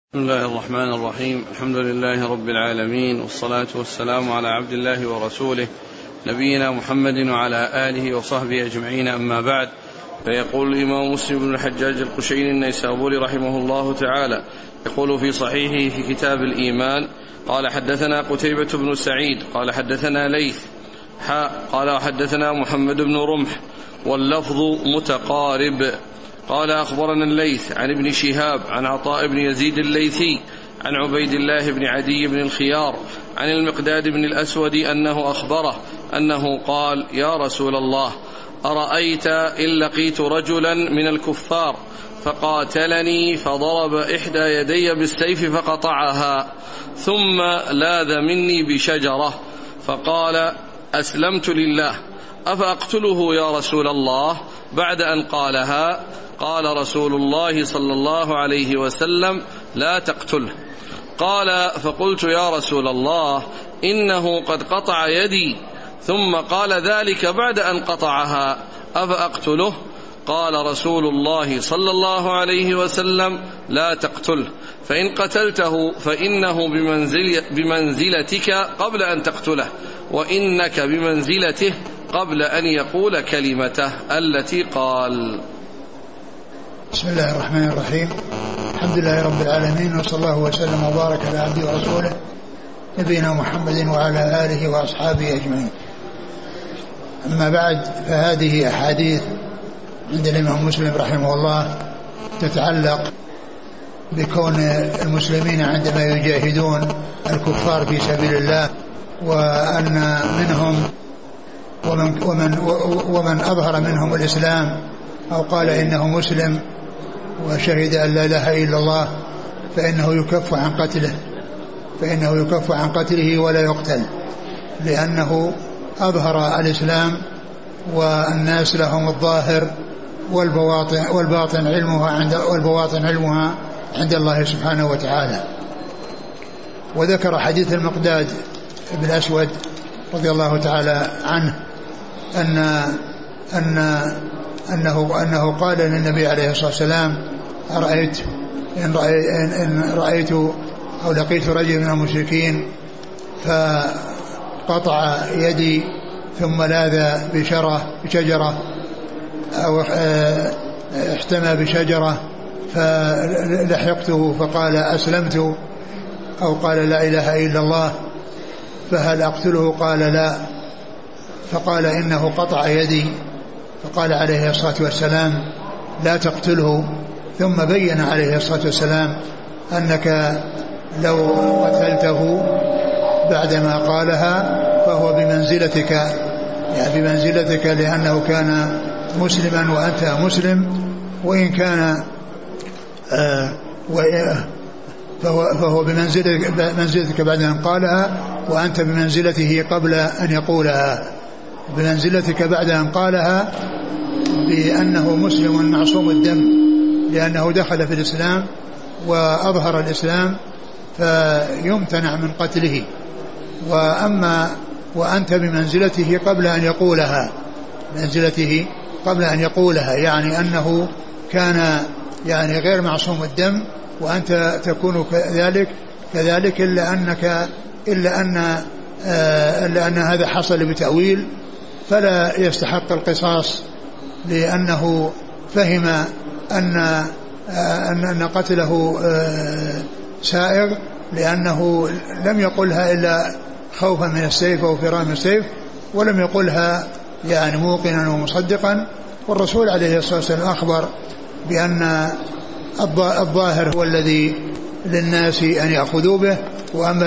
بسم الله الرحمن الرحيم. الحمد لله رب العالمين، والصلاة والسلام على عبد الله ورسوله نبينا محمد وعلى آله وصحبه أجمعين، أما بعد. فيقول الإمام مسلم بن الحجاج القشيري النيسابوري رحمه الله تعالى يقول في صحيحه في كتاب الإيمان: قال حدثنا قتيبة بن سعيد قال حدثنا ليث قال وحدثنا محمد بن رمح واللفظ متقارب. قال أخبرنا الليث عن ابن شهاب عن عطاء بن يزيد الليثي عن عبيد الله بن عدي بن الخيار عن المقداد بن الأسود أنه أخبره أنه قال: يا رسول الله، أرأيت إن لقيت رجلا من الكفار فقاتلني فضرب إحدى يدي بالسيف فقطعها، ثم لاذ مني بشجرة فقال: أسلمت لله، أفأقتله يا رسول الله بعد أن قالها؟ قال رسول الله صلى الله عليه وسلم: لا تقتله. قال: فقلت: يا رسول الله، إنه قد قطع يدي. ثم قال ذلك بعد أن قطعها، أفأقتله؟ قال رسول الله صلى الله عليه وسلم: لا تقتله، فإن قتلته فإنه بمنزلتك قبل أن تقتله، وإنك بمنزلته قبل أن يقول كلمته التي قال. بسم الله الرحمن الرحيم. الحمد لله رب العالمين، وصلى الله وسلم وبارك على عبده ورسوله نبينا محمد وعلى آله وأصحابه أجمعين. أما بعد، فهذه أحاديث عند الإمام مسلم رحمه الله تتعلق بكون المسلمين عندما يجاهدون الكفار في سبيل الله، وأن منهم ومن أظهر منهم الإسلام أو قال إنه مسلم وشهد أن لا إله إلا الله فإنه يكف عن قتله ولا يقتل، لأنه أظهر الإسلام، والناس لهم الظاهر والباطن علمها عند الله سبحانه وتعالى. وذكر حديث المقداد بن الأسود رضي الله تعالى عنه أنه قال للنبي عليه الصلاة والسلام: إن رأيت أو لقيت رجل من المشركين فقطع يدي ثم لاذ بشجرة أو احتمى بشجرة فلحقته فقال: أسلمت، أو قال: لا إله إلا الله، فهل أقتله؟ قال: لا. فقال: إنه قطع يدي. فقال عليه الصلاة والسلام: لا تقتله. ثم بين عليه الصلاة والسلام أنك لو قتلته بعدما قالها فهو بمنزلتك، يعني بمنزلتك، لأنه كان مسلما وأنت مسلم، وإن كان فهو بمنزلتك بعد أن قالها، وأنت بمنزلته قبل أن يقولها. بمنزلتك بعد أن قالها بأنه مسلم معصوم الدم، لأنه دخل في الإسلام وأظهر الإسلام فيمتنع من قتله. وأنت بمنزلته قبل أن يقولها، منزلته قبل أن يقولها، يعني أنه كان يعني غير معصوم الدم، وأنت تكون كذلك إلا أن هذا حصل بتأويل، فلا يستحق القصاص، لأنه فهم أن قتله سائغ، لأنه لم يقلها إلا خوفا من السيف أو فرارا من السيف، ولم يقلها يعني موقنا ومصدقا. والرسول عليه الصلاة والسلام أخبر بأن الظاهر هو الذي للناس أن يأخذوا به، وأما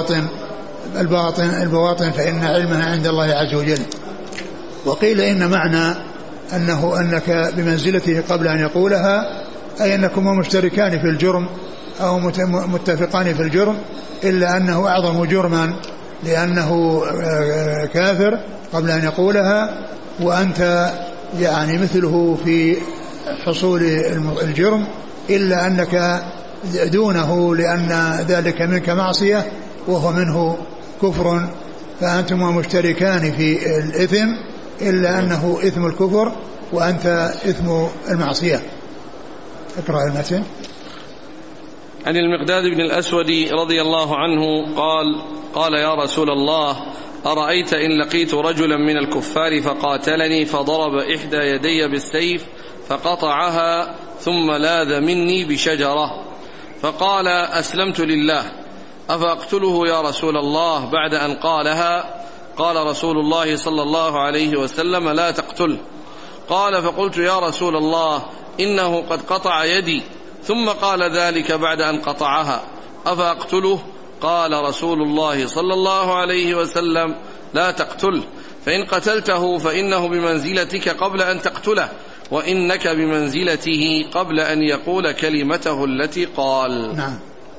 البواطن فإن علمها عند الله عز وجل. وقيل إن معنى أنك بمنزلته قبل أن يقولها أي أنكما مشتركان في الجرم أو متفقان في الجرم، إلا أنه أعظم جرما لأنه كافر قبل أن يقولها، وأنت يعني مثله في حصول الجرم، إلا أنك دونه، لأن ذلك منك معصية وهو منه كفر، فأنتما مشتركان في الإثم، إلا أنه إثم الكفر وأنت إثم المعصية. اقرأ المتن. عن المقداد بن الأسود رضي الله عنه قال يا رسول الله أرأيت إن لقيت رجلا من الكفار فقاتلني فضرب إحدى يدي بالسيف فقطعها ثم لاذ مني بشجرة فقال أسلمت لله أفأقتله يا رسول الله بعد أن قالها؟ قال رسول الله صلى الله عليه وسلم لا تقتله. قال فقلت يا رسول الله إنه قد قطع يدي ثم قال ذلك بعد أن قطعها أفأقتله؟ قال رسول الله صلى الله عليه وسلم لا تقتله، فإن قتلته فإنه بمنزلتك قبل أن تقتله، وإنك بمنزلته قبل أن يقول كلمته التي قال. نعم.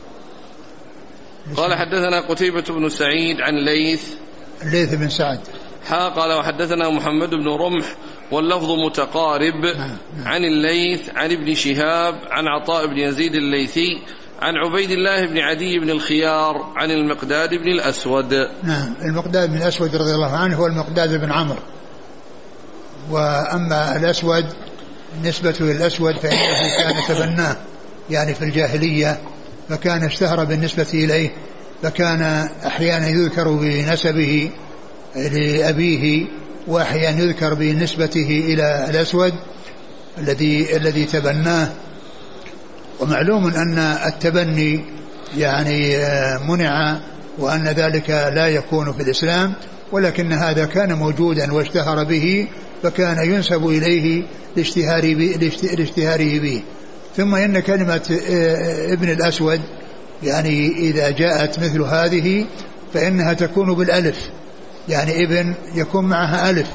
قال حدثنا قتيبة بن سعيد عن الليث بن سعد قال وحدثنا محمد بن رمح واللفظ متقارب. عن الليث عن ابن شهاب عن عطاء بن يزيد الليثي عن عبيد الله بن عدي بن الخيار عن المقداد بن الأسود. نعم. المقداد بن الأسود رضي الله عنه هو المقداد بن عمرو، وأما الأسود نسبة للأسود فإنه كان تبناه يعني في الجاهلية، فكان اشتهر بالنسبة إليه، فكان أحيانا يذكر بنسبه لأبيه وأحيانا يذكر بنسبته إلى الأسود الذي تبناه. ومعلوم أن التبني يعني منع، وأن ذلك لا يكون في الإسلام، ولكن هذا كان موجودا واشتهر به، فكان ينسب إليه لاشتهاره به. ثم إن كلمة ابن الأسود يعني إذا جاءت مثل هذه فإنها تكون بالألف، يعني ابن يكون معها ألف،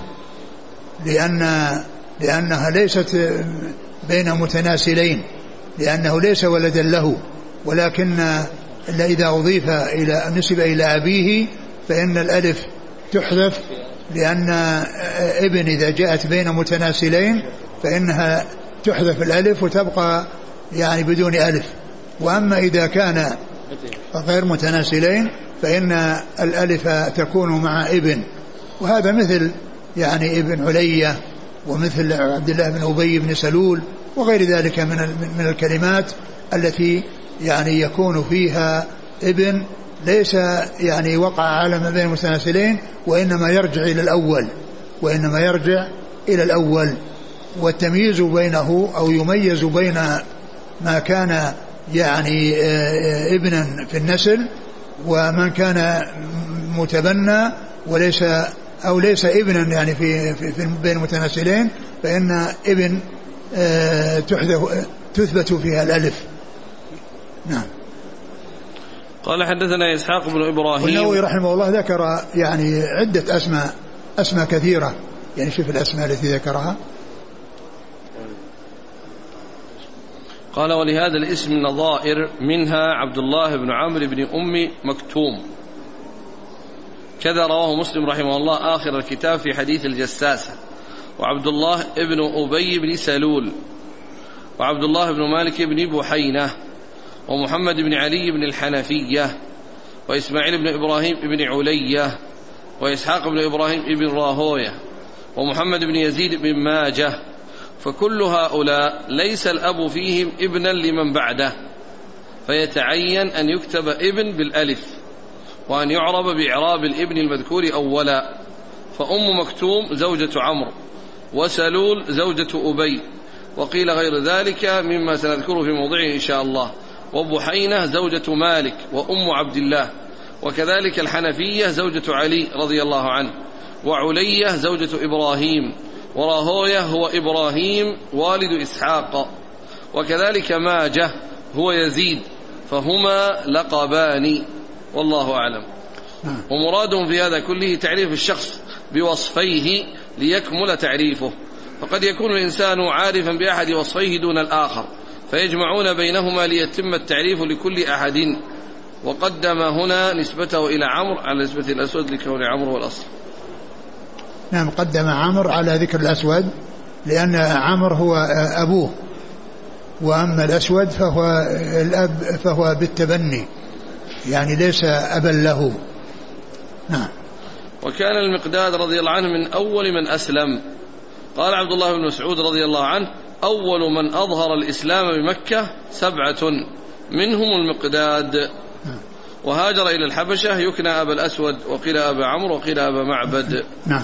لأنها ليست بين متناسلين، لأنه ليس ولدا له، ولكن إذا أضيف إلى نسب إلى أبيه فإن الألف تحذف، لأن ابن إذا جاءت بين متناسلين فإنها تحذف الألف وتبقى يعني بدون ألف. وأما إذا كان غير متناسلين فإن الألف تكون مع ابن، وهذا مثل يعني ابن علية ومثل عبد الله بن أبي بن سلول وغير ذلك من الكلمات التي يعني يكون فيها ابن ليس يعني وقع على ما بين المتناسلين، وإنما يرجع إلى الأول، والتمييز بينه أو يميز بين ما كان يعني ابنا في النسل ومن كان متبنى وليس أو ليس ابنا يعني في بين المتناسلين، فإن ابن تثبت فيها الألف. نعم. قال حدثنا إسحاق بن إبراهيم. والنووي رحمه الله ذكر يعني عدة أسماء كثيرة، يعني شوف الأسماء التي ذكرها. قال ولهذا الاسم نظائر منها عبد الله بن عمرو بن أم مكتوم، كذا رواه مسلم رحمه الله آخر الكتاب في حديث الجساسة، وعبد الله بن أبي بن سلول، وعبد الله بن مالك بن بحينة، ومحمد بن علي بن الحنفية، وإسماعيل بن إبراهيم بن علية، وإسحاق بن إبراهيم بن راهوية، ومحمد بن يزيد بن ماجه. فكل هؤلاء ليس الأب فيهم ابنا لمن بعده، فيتعين أن يكتب ابن بالألف، وأن يعرب بإعراب الابن المذكور أولا. فأم مكتوم زوجة عمرو، وسلول زوجة أبي، وقيل غير ذلك مما سنذكره في موضعه إن شاء الله. وبحينة زوجة مالك وأم عبد الله، وكذلك الحنفية زوجة علي رضي الله عنه، وعلية زوجة إبراهيم، وراهوية هو إبراهيم والد إسحاق، وكذلك ماجه هو يزيد، فهما لقبان والله أعلم. ومرادهم في هذا كله تعريف الشخص بوصفيه ليكمل تعريفه، فقد يكون الإنسان عارفا بأحد وصفيه دون الآخر، فيجمعون بينهما ليتم التعريف لكل أحد. وقدم هنا نسبته إلى عمرو على نسبة الأسود لكون عمرو والأصل. نعم، قدم عمرو على ذكر الأسود لأن عمرو هو أبوه، وأما الأسود فهو الأب، فهو بالتبني يعني ليس أبا له. نعم. وكان المقداد رضي الله عنه من أول من أسلم. قال عبد الله بن مسعود رضي الله عنه: أول من أظهر الإسلام بمكة 7: منهم المقداد، وهاجر إلى الحبشة يكنى أبا الأسود، وقيل أبا عمرو، وقيل أبا معبد. نعم.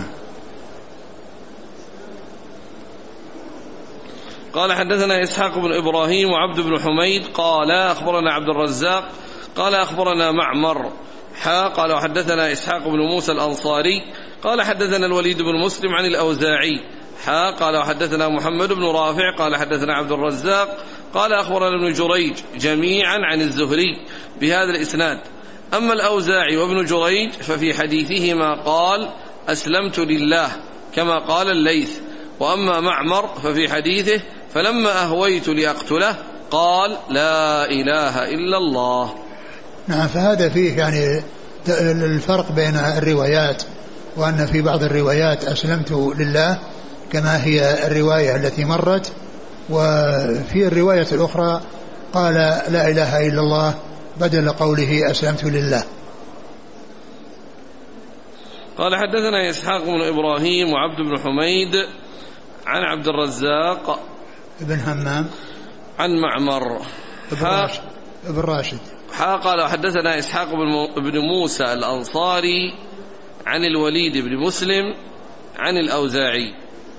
قال حدثنا إسحاق بن إبراهيم وعبد بن حميد قال أخبرنا عبد الرزاق قال أخبرنا معمر قال وحدثنا إسحاق بن موسى الأنصاري قال حدثنا الوليد بن مسلم عن الأوزاعي قال وحدثنا محمد بن رافع قال حدثنا عبد الرزاق قال أخبرنا ابن جريج جميعا عن الزهري بهذا الإسناد. أما الأوزاعي وابن جريج ففي حديثهما قال أسلمت لله كما قال الليث، وأما معمر ففي حديثه فلما أهويت لأقتله قال لا إله إلا الله. نعم. فهذا فيه يعني الفرق بين الروايات، وأن في بعض الروايات أسلمت لله كما هي الرواية التي مرت، وفي الرواية الأخرى قال لا إله إلا الله بدل قوله أسلمت لله. قال حدثنا إسحاق بن إبراهيم وعبد بن حميد عن عبد الرزاق ابن همام عن معمر ابن راشد قال حدثنا إسحاق بن موسى الأنصاري عن الوليد بن مسلم عن الأوزاعي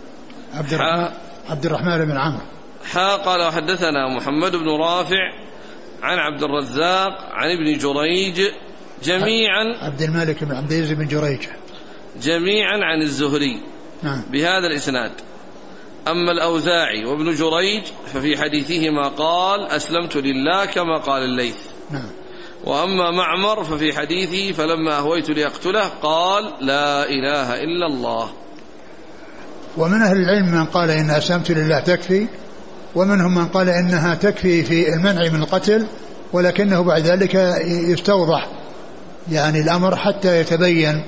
عبد الرحمن بن عمرو قال وحدثنا محمد بن رافع عن عبد الرزاق عن ابن جريج جميعا عبد الملك بن عبد العزيز بن جريج جميعا عن الزهري بهذا الإسناد. أما الأوزاعي وابن جريج ففي حديثهما قال أسلمت لله كما قال الليث. وأما معمر ففي حديثه فلما أهويت لأقتله قال لا إله إلا الله. ومن أهل العلم من قال إن أسلمت لله تكفي، ومنهم من قال إنها تكفي في المنع من القتل، ولكنه بعد ذلك يستوضح يعني الأمر حتى يتبين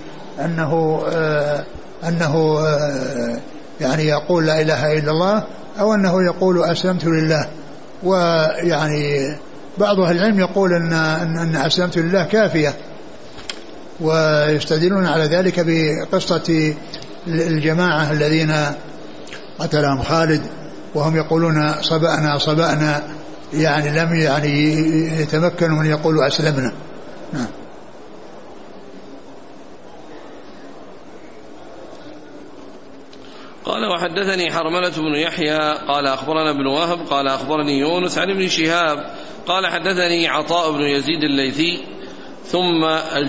أنه يعني يقول لا إله إلا الله أو أنه يقول أسلمت لله. ويعني بعض أهل العلم يقول أن أسلمت لله كافية، ويستدلون على ذلك بقصة الجماعة الذين قتلهم خالد وهم يقولون صبأنا يعني لم يعني يتمكنوا من يقولوا أسلمنا. نعم. قال وحدثني حرملة بن يحيى قال أخبرنا ابن وهب قال أخبرني يونس عن ابن شهاب قال حدثني عطاء بن يزيد الليثي ثم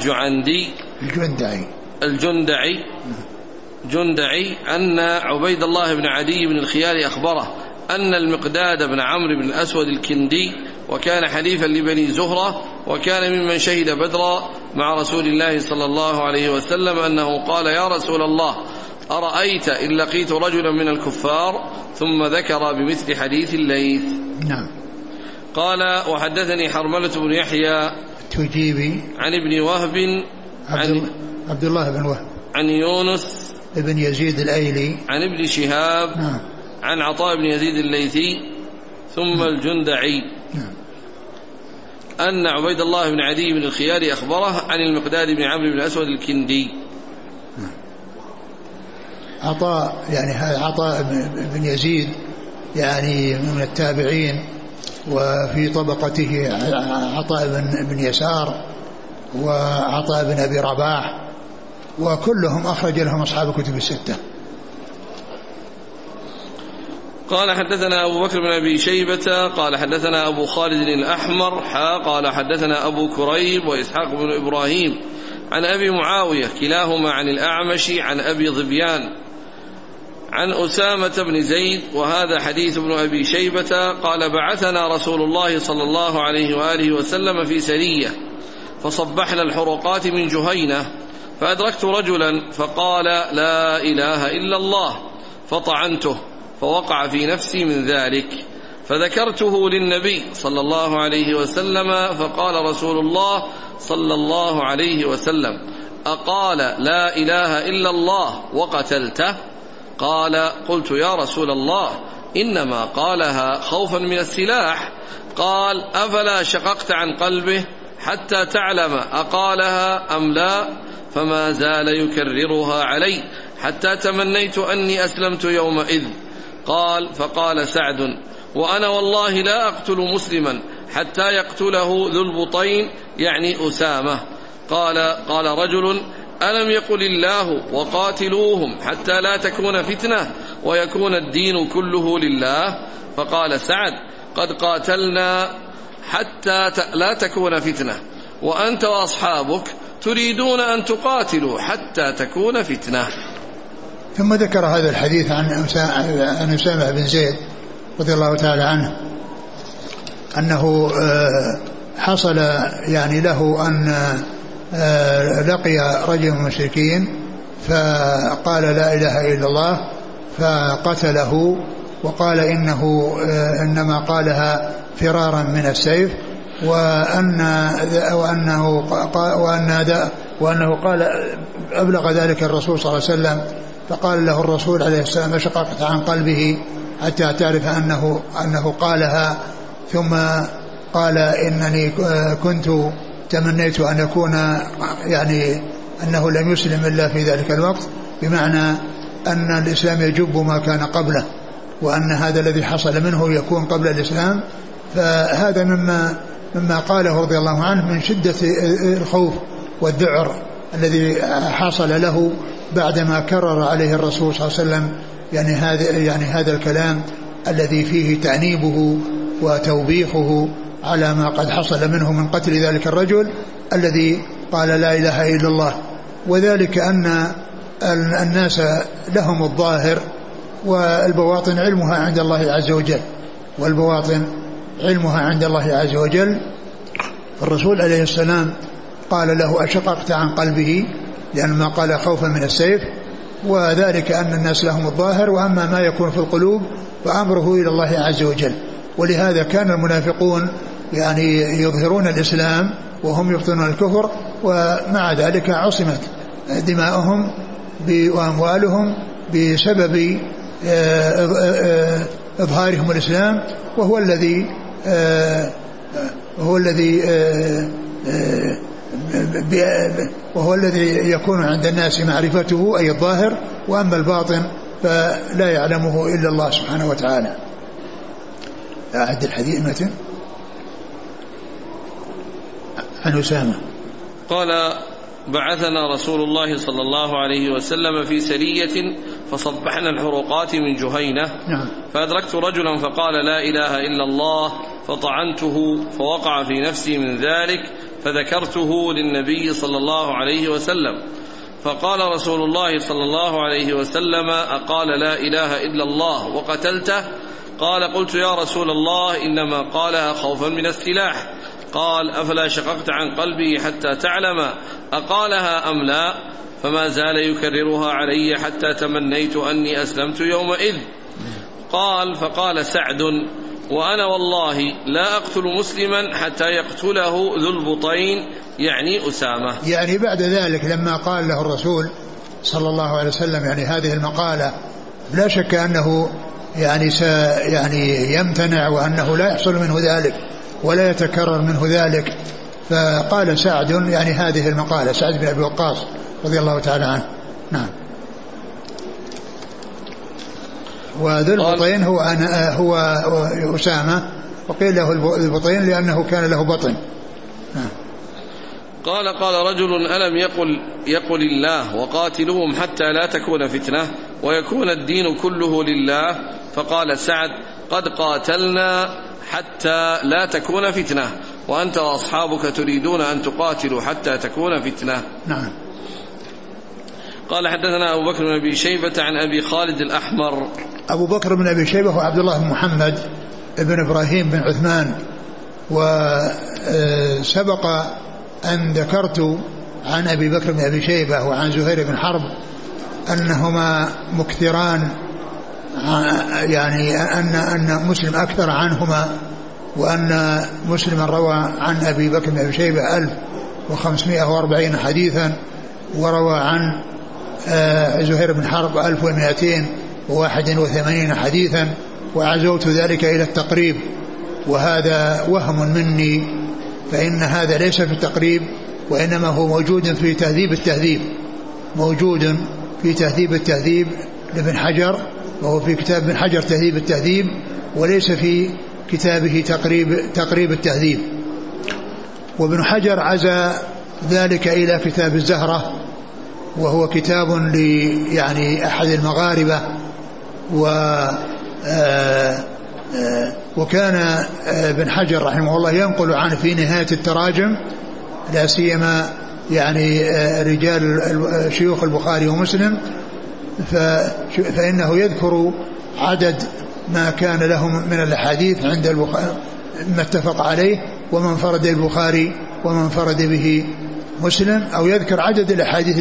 الجندعي أن عبيد الله بن عدي بن الخيار أخبره أن المقداد بن عمرو بن الأسود الكندي وكان حليفا لبني زهرة وكان ممن شهد بدرا مع رسول الله صلى الله عليه وسلم أنه قال يا رسول الله أرأيت إن لقيت رجلا من الكفار، ثم ذكر بمثل حديث الليث. نعم. قال وحدثني حرملة بن يحيى التجيبي عن ابن وهب عبد الله بن وهب عن يونس ابن يزيد الأيلي عن ابن شهاب عن عطاء بن يزيد الليثي ثم الجندعي أن عبيد الله بن عدي بن الخيار أخبره عن المقداد بن عمرو بن الأسود الكندي. عطاء بن يزيد يعني من التابعين، وفي طبقته عطاء بن يسار وعطاء بن أبي رباح، وكلهم أخرج لهم أصحاب الكتب الستة. قال حدثنا أبو بكر بن أبي شيبة قال حدثنا أبو خالد الأحمر قال حدثنا أبو كريب وإسحاق بن إبراهيم عن أبي معاوية كلاهما عن الأعمش عن أبي ظبيان عن أسامة بن زيد، وهذا حديث ابن أبي شيبة قال بعثنا رسول الله صلى الله عليه وآله وسلم في سرية فصبحنا الحرقات من جهينة، فأدركت رجلا فقال لا إله إلا الله، فطعنته فوقع في نفسي من ذلك، فذكرته للنبي صلى الله عليه وسلم، فقال رسول الله صلى الله عليه وسلم أقال لا إله إلا الله وقتلته؟ قال قلت يا رسول الله إنما قالها خوفا من السلاح. قال أفلا شققت عن قلبه حتى تعلم أقالها أم لا؟ فما زال يكررها علي حتى تمنيت أني أسلمت يومئذ. قال فقال سعد وأنا والله لا أقتل مسلما حتى يقتله ذو البطين يعني أسامة. قال رجل: ألم يقل الله وقاتلوهم حتى لا تكون فتنة ويكون الدين كله لله؟ فقال سعد: قد قاتلنا حتى لا تكون فتنة، وأنت وأصحابك تريدون أن تقاتلوا حتى تكون فتنة. ثم ذكر هذا الحديث عن أسامة بن زيد رضي الله تعالى عنه أنه حصل يعني له أن لقي رجل من المشركين فقال لا إله إلا الله فقتله، وقال إنما قالها فرارا من السيف، وأنه قال أبلغ ذلك الرسول صلى الله عليه وسلم، فقال له الرسول عليه السلام: شققت عن قلبه حتى تعرف أنه قالها. ثم قال: إنني كنت تمنيت أن يكون يعني أنه لم يسلم إلا في ذلك الوقت، بمعنى أن الإسلام يجب ما كان قبله، وأن هذا الذي حصل منه يكون قبل الإسلام. فهذا مما قاله رضي الله عنه من شدة الخوف والذعر الذي حصل له بعدما كرر عليه الرسول صلى الله عليه وسلم يعني هذا الكلام الذي فيه تأنيبه وتوبيخه على ما قد حصل منه من قتل ذلك الرجل الذي قال لا إله إلا الله. وذلك أن الناس لهم الظاهر والبواطن علمها عند الله عز وجل، الرسول عليه السلام قال له: أشققت عن قلبه، لأن ما قال خوفا من السيف، وذلك أن الناس لهم الظاهر، وأما ما يكون في القلوب فأمره إلى الله عز وجل. ولهذا كان المنافقون يعني يظهرون الإسلام وهم يبطنون الكفر، ومع ذلك عصمت دماؤهم وأموالهم بسبب إظهارهم الإسلام، وهو الذي يكون عند الناس معرفته أي الظاهر، وأما الباطن فلا يعلمه إلا الله سبحانه وتعالى. أعد الحديث متن عن أسامة قال: بعثنا رسول الله صلى الله عليه وسلم في سرية فصبحنا الحروقات من جهينة. فأدركت رجلا فقال لا إله إلا الله، فطعنته فوقع في نفسي من ذلك، فذكرته للنبي صلى الله عليه وسلم، فقال رسول الله صلى الله عليه وسلم: أقال لا إله إلا الله وقتلته؟ قال: قلت يا رسول الله إنما قالها خوفا من السلاح. قال: أفلا شققت عن قلبي حتى تعلم أقالها أم لا؟ فما زال يكررها علي حتى تمنيت أني أسلمت يومئذ. فقال سعد: وأنا والله لا أقتل مسلما حتى يقتله ذو البطين يعني أسامة. يعني بعد ذلك لما قال له الرسول صلى الله عليه وسلم يعني هذه المقالة، لا شك أنه يعني يمتنع، وأنه لا يحصل منه ذلك ولا يتكرر منه ذلك. فقال سعد يعني هذه المقالة، سعد بن أبي وقاص رضي الله تعالى عنه. نعم. وذو البطين هو أسامة، وقيل له البطين لأنه كان له بطن. نعم. قال رجل: ألم يقل الله وقاتلوهم حتى لا تكون فتنة ويكون الدين كله لله؟ فقال سعد: قد قاتلنا حتى لا تكون فتنة، وأنت وأصحابك تريدون أن تقاتلوا حتى تكون فتنة. نعم. قال: حدثنا أبو بكر بن أبي شيبة عن أبي خالد الأحمر. أبو بكر بن أبي شيبة هو عبد الله بن محمد بن إبراهيم بن عثمان. وسبق أن ذكرت عن أبي بكر بن أبي شيبة وعن زهير بن حرب أنهما مكثران، يعني أن مسلم أكثر عنهما، وأن مسلم روى عن أبي بكر بن أبي شيبة 1540 حديثا، وروى عن زهير بن حرب 1281 حديثا، وعزوت ذلك إلى التقريب، وهذا وهم مني، فإن هذا ليس في التقريب، وإنما هو موجود في تهذيب التهذيب لابن حجر، وهو في كتاب ابن حجر تهذيب التهذيب، وليس في كتابه تقريب التهذيب. وابن حجر عزى ذلك إلى كتاب الزهرة، وهو كتاب يعني أحد المغاربة، وكان ابن حجر رحمه الله ينقل عنه في نهاية التراجم لا سيما يعني رجال شيوخ البخاري ومسلم، فإنه يذكر عدد ما كان لهم من الأحاديث عند البخاري ما اتفق عليه، ومن فرد البخاري ومن فرد به مسلم، أو يذكر عدد الأحاديث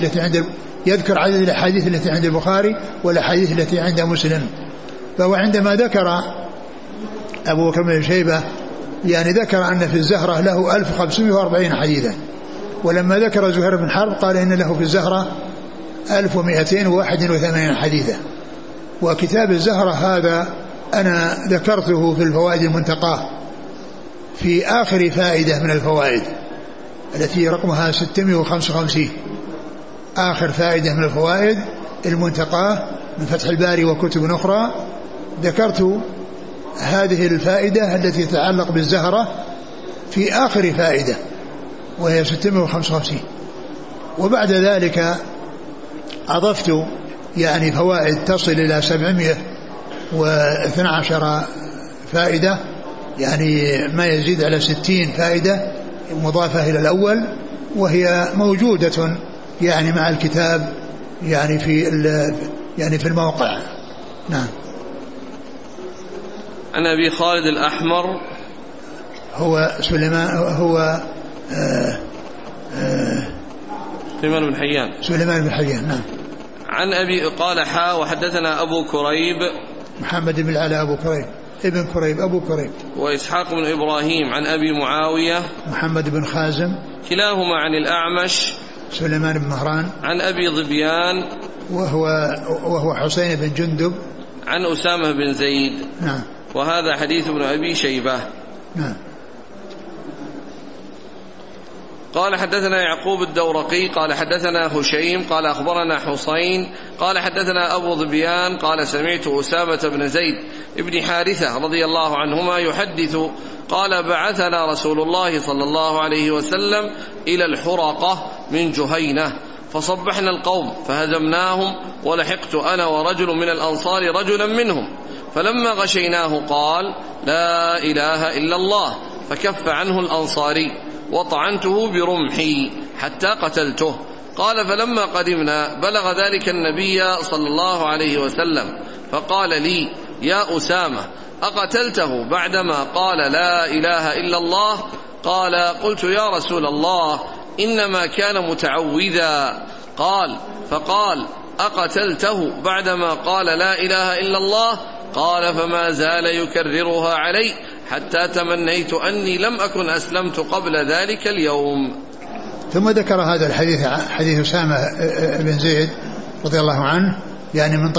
التي عند البخاري والأحاديث التي عند مسلم. فهو عندما ذكر أبو بكر بن شيبة يعني ذكر أن في الزهرة له 1540 حديثا، ولما ذكر زهير بن حرب قال إن له في الزهرة 1281 حديثا. وكتاب الزهرة هذا أنا ذكرته في الفوائد المنتقاه في آخر فائدة من الفوائد التي رقمها 655، آخر فائدة من الفوائد المنتقاه من فتح الباري وكتب أخرى، ذكرت هذه الفائدة التي تتعلق بالزهرة في آخر فائدة وهي 655. وبعد ذلك أضفت يعني فوائد تصل إلى 712 فائدة، يعني ما يزيد على 60 فائدة مضافة إلى الأول، وهي موجودة يعني مع الكتاب يعني في الموقع. نعم. عن أبي خالد الأحمر هو سليمان، هو سليمان بن حيان. نعم. عن أبي قال وحدثنا أبو كريب محمد بن العلاء أبو كريب ابن كريب أبو كريب، وإسحاق بن إبراهيم عن أبي معاوية محمد بن خازم، كلاهما عن الأعمش سليمان بن مهران، عن أبي ظبيان وهو حسين بن جندب، عن أسامة بن زيد. نعم. وهذا حديث ابن أبي شيبة. نعم. قال حدثنا يعقوب الدورقي قال حدثنا هشيم قال أخبرنا حسين قال حدثنا أبو ظبيان قال سمعت أسامة بن زيد ابن حارثة رضي الله عنهما يحدث قال بعثنا رسول الله صلى الله عليه وسلم إلى الحرقة من جهينة فصبحنا القوم فهزمناهم، ولحقت أنا ورجل من الأنصار رجلا منهم، فلما غشيناه قال لا إله إلا الله، فكف عنه الأنصاري وطعنته برمحي حتى قتلته. قال فلما قدمنا بلغ ذلك النبي صلى الله عليه وسلم فقال لي يا أسامة أقتلته بعدما قال لا إله إلا الله؟ قال قلت يا رسول الله إنما كان متعوذا. فقال أقتلته بعدما قال لا إله إلا الله؟ قال فما زال يكررها علي حتى تمنيت أني لم أكن أسلمت قبل ذلك اليوم. ثم ذكر هذا الحديث حديث أسامة بن زيد رضي الله عنه يعني من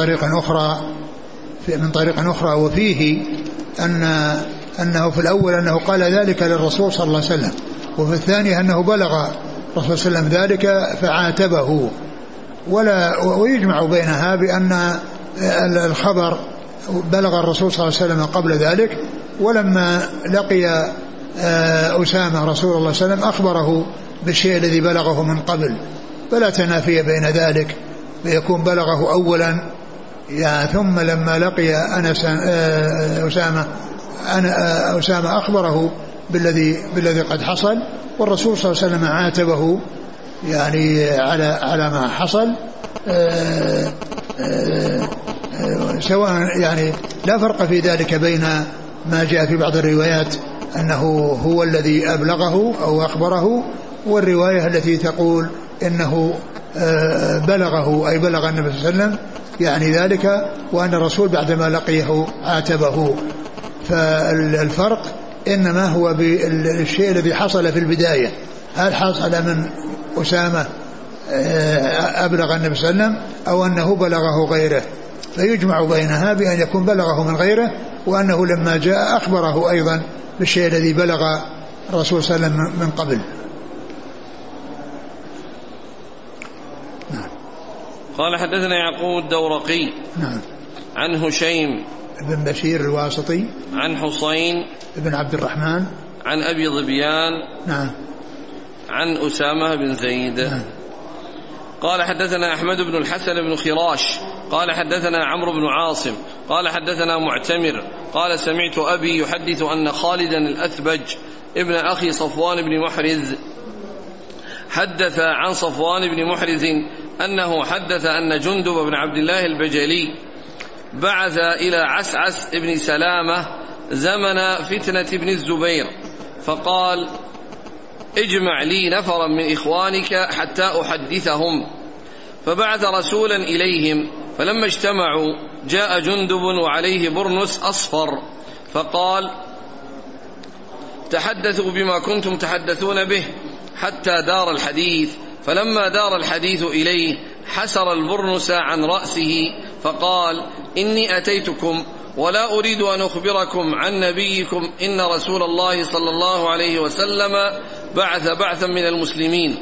طريق أخرى وفيه أنه في الأول أنه قال ذلك للرسول صلى الله عليه وسلم، وفي الثاني أنه بلغ الرسول صلى الله عليه وسلم ذلك فعاتبه. ويجمع بينها بأن الخبر بلغ الرسول صلى الله عليه وسلم قبل ذلك، ولما لقي أسامة رسول الله صلى الله عليه وسلم أخبره بالشيء الذي بلغه من قبل، فلا تنافي بين ذلك، فيكون بلغه أولا ثم لما لقي أسامة أخبره بالذي قد حصل، والرسول صلى الله عليه وسلم عاتبه يعني على ما حصل، سواء يعني لا فرق في ذلك بين ما جاء في بعض الروايات أنه هو الذي أبلغه أو أخبره، والرواية التي تقول إنه بلغه أي بلغ النبي صلى الله عليه وسلم يعني ذلك، وأن الرسول بعدما لقيه عاتبه. فالفرق إنما هو بالشيء الذي حصل في البداية، هل حصل من أسامة أبلغ النبي صلى الله عليه وسلم أو أنه بلغه غيره، فيجمع بينها بأن يكون بلغه من غيره، وأنه لما جاء أخبره أيضا بالشيء الذي بلغ الرسول صلى الله عليه وسلم من قبل. قال حدثنا يعقوب الدورقي نعم. عن هشيم بن بشير الواسطي عن حسين بن عبد الرحمن عن أبي ظبيان نعم عن أسامة بن زيد نعم. قال حدثنا أحمد بن الحسن بن خراش قال حدثنا عمرو بن عاصم قال حدثنا معتمر قال سمعت أبي يحدث أن خالدا الأثبج ابن أخي صفوان بن محرز حدث عن صفوان بن محرز أنه حدث أن جندب بن عبد الله البجلي بعث إلى عسعس بن سلامة زمن فتنة ابن الزبير فقال اجمع لي نفرا من إخوانك حتى أحدثهم، فبعث رسولا إليهم، فلما اجتمعوا جاء جندب وعليه برنس أصفر فقال تحدثوا بما كنتم تحدثون به حتى دار الحديث، فلما دار الحديث إليه حسر البرنس عن رأسه فقال إني أتيتكم ولا أريد أن أخبركم عن نبيكم إن رسول الله صلى الله عليه وسلم بعث بعثا من المسلمين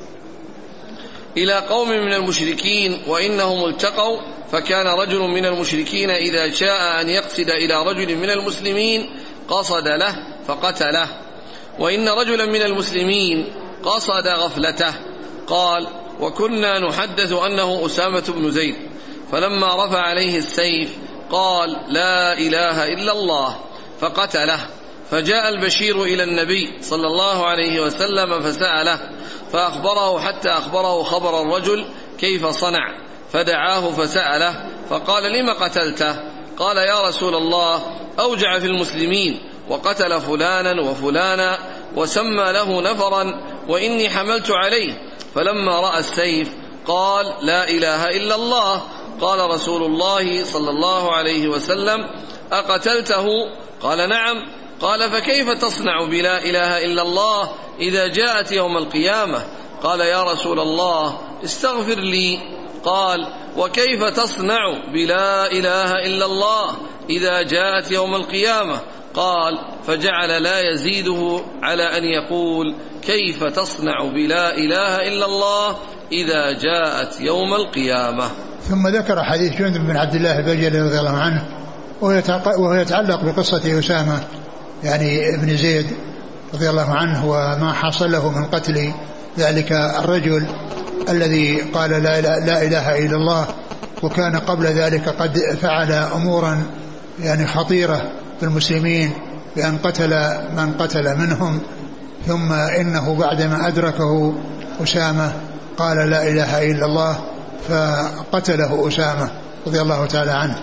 إلى قوم من المشركين وإنهم التقوا، فكان رجل من المشركين إذا شاء أن يقصد إلى رجل من المسلمين قصد له فقتله، وإن رجلا من المسلمين قصد غفلته. قال وكنا نحدث أنه أسامة بن زيد، فلما رفع عليه السيف قال لا إله إلا الله فقتله، فجاء البشير إلى النبي صلى الله عليه وسلم فسأله فأخبره حتى أخبره خبر الرجل كيف صنع، فدعاه فسأله فقال لم قتلته؟ قال يا رسول الله أوجع في المسلمين وقتل فلانا وفلانا وسمى له نفرا وإني حملت عليه، فلما رأى السيف قال لا إله إلا الله. قال رسول الله صلى الله عليه وسلم أقتلته؟ قال نعم. قال فكيف تصنع بلا إله إلا الله إذا جاءت يوم القيامة؟ قال يا رسول الله استغفر لي. قال وكيف تصنع بلا إله إلا الله إذا جاءت يوم القيامة؟ قال فجعل لا يزيده على أن يقول كيف تصنع بلا إله إلا الله إذا جاءت يوم القيامة. ثم ذكر حديث جندب بن عبد الله البجلي رضي الله عنه وهو يتعلق بقصة أسامة يعني ابن زيد رضي الله عنه وما حصل له من قتل ذلك الرجل الذي قال لا إله إلا الله، وكان قبل ذلك قد فعل أمورا يعني خطيرة في المسلمين بأن قتل من قتل منهم، ثم إنه بعدما أدركه أسامة قال لا إله إلا الله فقتله أسامة رضي الله تعالى عنه.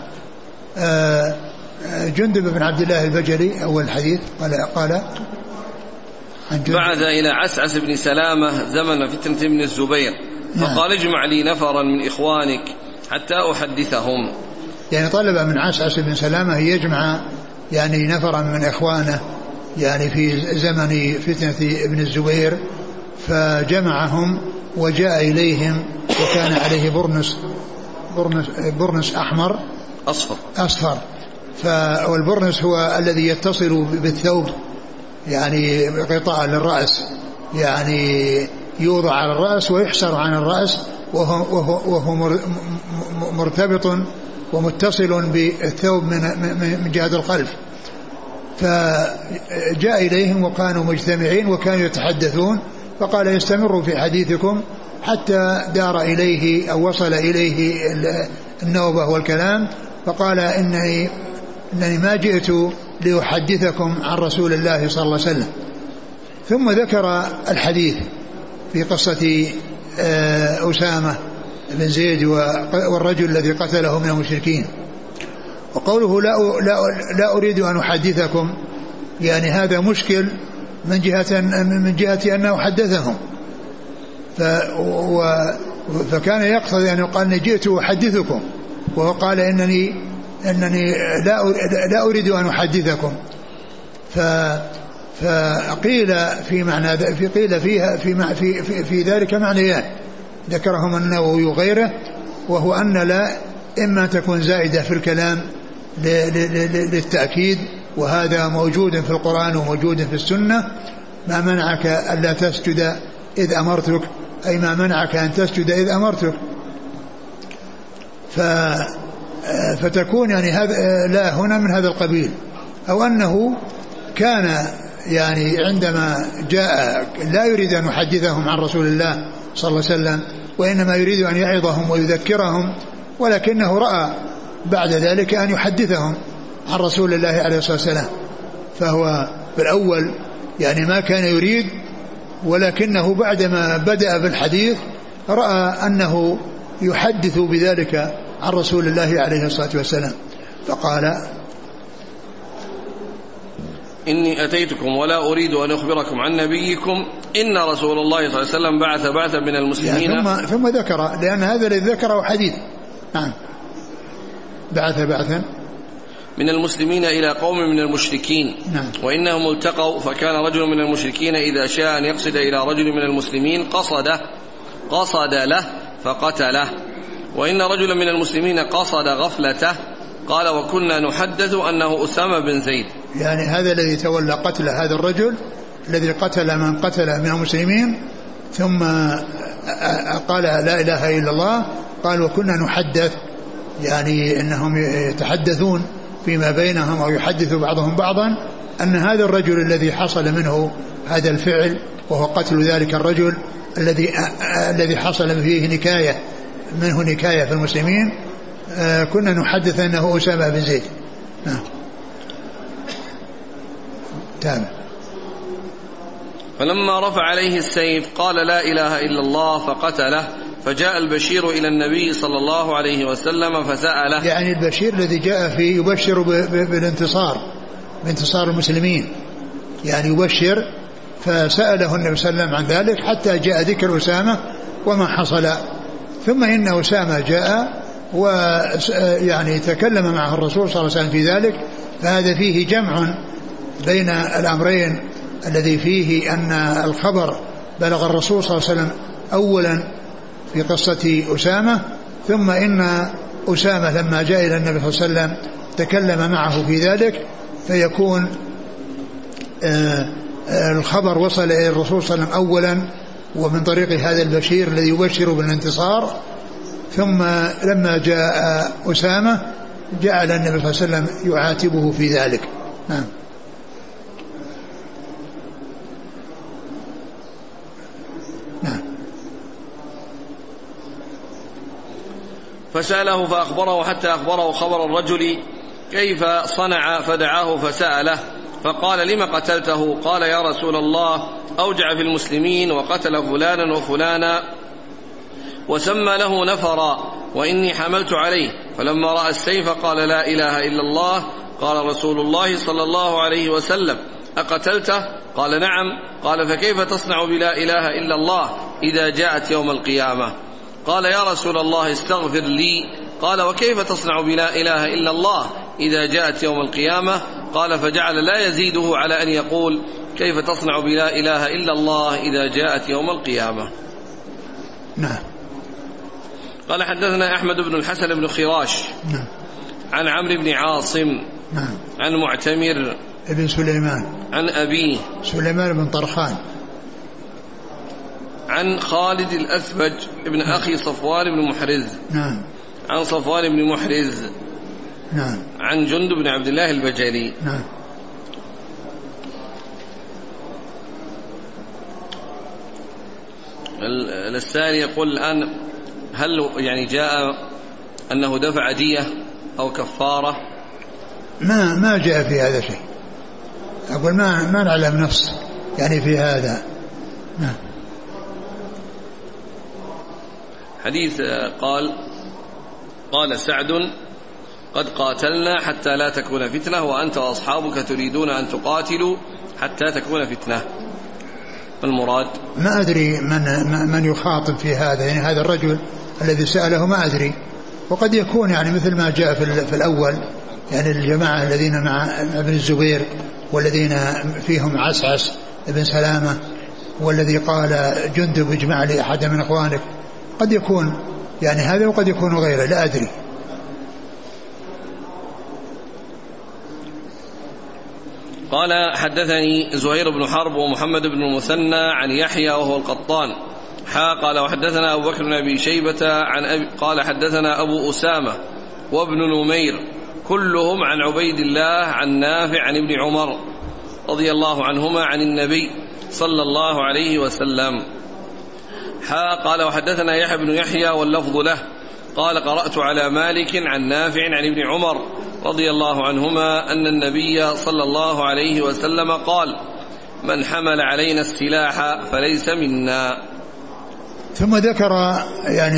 جندب بن عبد الله البجلي أول الحديث قال بعث إلى عسعس بن سلامة زمن فتنة ابن الزبير فقال اجمع لي نفرا من إخوانك حتى أحدثهم، يعني طلب من عسعس بن سلامة يجمع يعني نفرا من إخوانه يعني في زمن فتنة ابن الزبير، فجمعهم وجاء إليهم وكان عليه برنس أحمر أصفر، والبرنس هو الذي يتصل بالثوب يعني غطاء للرأس، يعني يوضع على الرأس ويحسر عن الرأس وهو مرتبط ومتصل بالثوب من جهة الخلف. فجاء إليهم وكانوا مجتمعين وكانوا يتحدثون، فقال يستمروا في حديثكم حتى دار إليه أو وصل إليه النوبة والكلام، فقال إنني ما جئت لأحدثكم عن رسول الله صلى الله عليه وسلم. ثم ذكر الحديث في قصة أسامة بن زيد والرجل الذي قتله من المشركين، وقوله لا أريد أن أحدثكم يعني هذا مشكل من جهة أنه حدثهم، فكان يقصد أن يقال جئت أحدثكم، وهو قال إنني لا أريد أن أحدثكم. فقيل في معنى قيل فيها في ذلك معنيان ذكرهم النووي وغيره، وهو أن لا إما تكون زائدة في الكلام للتأكيد، وهذا موجود في القرآن وموجود في السنة، ما منعك ألا تسجد إذ أمرتك، أي ما منعك أن تسجد إذ أمرتك. فتكون يعني هذا لا هنا من هذا القبيل، أو أنه كان يعني عندما جاء لا يريد أن يحدثهم عن رسول الله صلى الله عليه وسلم، وإنما يريد أن يعظهم ويذكرهم، ولكنه رأى بعد ذلك أن يحدثهم عن رسول الله عليه الصلاة والسلام. فهو بالأول يعني ما كان يريد، ولكنه بعدما بدأ بالحديث رأى أنه يحدث بذلك عن رسول الله عليه الصلاة والسلام، فقال: إني أتيتكم ولا أريد أن أخبركم عن نبيكم إن رسول الله صلى الله عليه وسلم بعث بعثا من المسلمين. يعني ثم ذكر، لأن هذا الذي ذكره حديث. نعم، بعث بعثا من المسلمين إلى قوم من المشركين. نعم. وإنهم التقوا، فكان رجل من المشركين إذا شاء أن يقصد إلى رجل من المسلمين قصد له فقتله، وإن رجلا من المسلمين قصد غفلته. قال: وكنا نحدث أنه أسامة بن زيد. يعني هذا الذي تولى قتل هذا الرجل الذي قتل من قتل من المسلمين، ثم قال لا إله إلا الله، قال: وكنا نحدث، يعني أنهم يتحدثون فيما بينهم أو يحدث بعضهم بعضا أن هذا الرجل الذي حصل منه هذا الفعل، وهو قتل ذلك الرجل الذي حصل فيه نكاية في المسلمين، كنا نحدث أنه أسامة بن زيد. تابع. فلما رفع عليه السيف قال: لا إله إلا الله، فقتله. فجاء البشير إلى النبي صلى الله عليه وسلم فسأله، يعني البشير الذي جاء فيه يبشر بانتصار المسلمين، يعني يبشر، فسأله النبي صلى الله عليه وسلم عن ذلك حتى جاء ذكر أسامة وما حصل. ثم إن أسامة جاء ويعني تكلم معه الرسول صلى الله عليه وسلم في ذلك، فهذا فيه جمع بين الأمرين، الذي فيه أن الخبر بلغ الرسول صلى الله عليه وسلم أولا في قصة أسامة، ثم إن أسامة لما جاء إلى النبي صلى الله عليه وسلم تكلم معه في ذلك، فيكون الخبر وصل إلى الرسول صلى الله عليه وسلم أولا ومن طريق هذا البشير الذي يبشر بالانتصار، ثم لما جاء أسامة جعل النبي صلى الله عليه وسلم يعاتبه في ذلك. نعم. فسأله فأخبره حتى أخبره خبر الرجل كيف صنع، فدعاه فسأله فقال: لم قتلته؟ قال: يا رسول الله، أوجع في المسلمين وقتل فلانا وفلانا وسمى له نفرا، وإني حملت عليه. فلما رأى السيف قال: لا إله إلا الله. قال رسول الله صلى الله عليه وسلم: أقتلته؟ قال: نعم. قال: فكيف تصنع بلا إله إلا الله إذا جاءت يوم القيامة؟ قال: يا رسول الله، استغفر لي. قال: وكيف تصنع بلا إله إلا الله إذا جاءت يوم القيامة؟ قال: فجعل لا يزيده على أن يقول: كيف تصنع بلا إله إلا الله إذا جاءت يوم القيامة. نعم. قال: حدثنا أحمد بن الحسن بن خراش. نعم. عن عمرو بن عاصم. نعم. عن معتمر ابن سليمان. عن أبيه سليمان بن طرخان. عن خالد الأسبج ابن أخي صفوان بن محرز. نعم. عن صفوان بن محرز. نعم. عن جندب بن عبد الله البجلي. نعم. الثاني يقول الآن: هل يعني جاء أنه دفع دية أو كفارة؟ ما جاء في هذا شيء، أقول ما نعلم نص يعني في هذا. نعم. حديث قال سعد: قد قاتلنا حتى لا تكون فتنة، وأنت وأصحابك تريدون أن تقاتلوا حتى تكون فتنة. المراد ما أدري من يخاطب في هذا، يعني هذا الرجل الذي سأله ما أدري، وقد يكون يعني مثل ما جاء في الأول، يعني الجماعة الذين مع ابن الزبير والذين فيهم عسعس ابن سلامة والذي قال جندب اجمع لي أحد من أخوانك، قد يكون يعني هذا وقد يكون غيره، لا أدري. قال: حدثني زهير بن حرب ومحمد بن المثنى عن يحيى وهو القطان قال: وحدثنا أبو بكر بن أبي شيبة عن قال: حدثنا أبو أسامة وابن نمير كلهم عن عبيد الله عن نافع عن ابن عمر رضي الله عنهما عن النبي صلى الله عليه وسلم. قال وحدثنا يحيى بن يحيى واللفظ له قال قرأت على مالك عن نافع عن ابن عمر رضي الله عنهما أن النبي صلى الله عليه وسلم قال من حمل علينا السلاح فليس منا. ثم ذكر يعني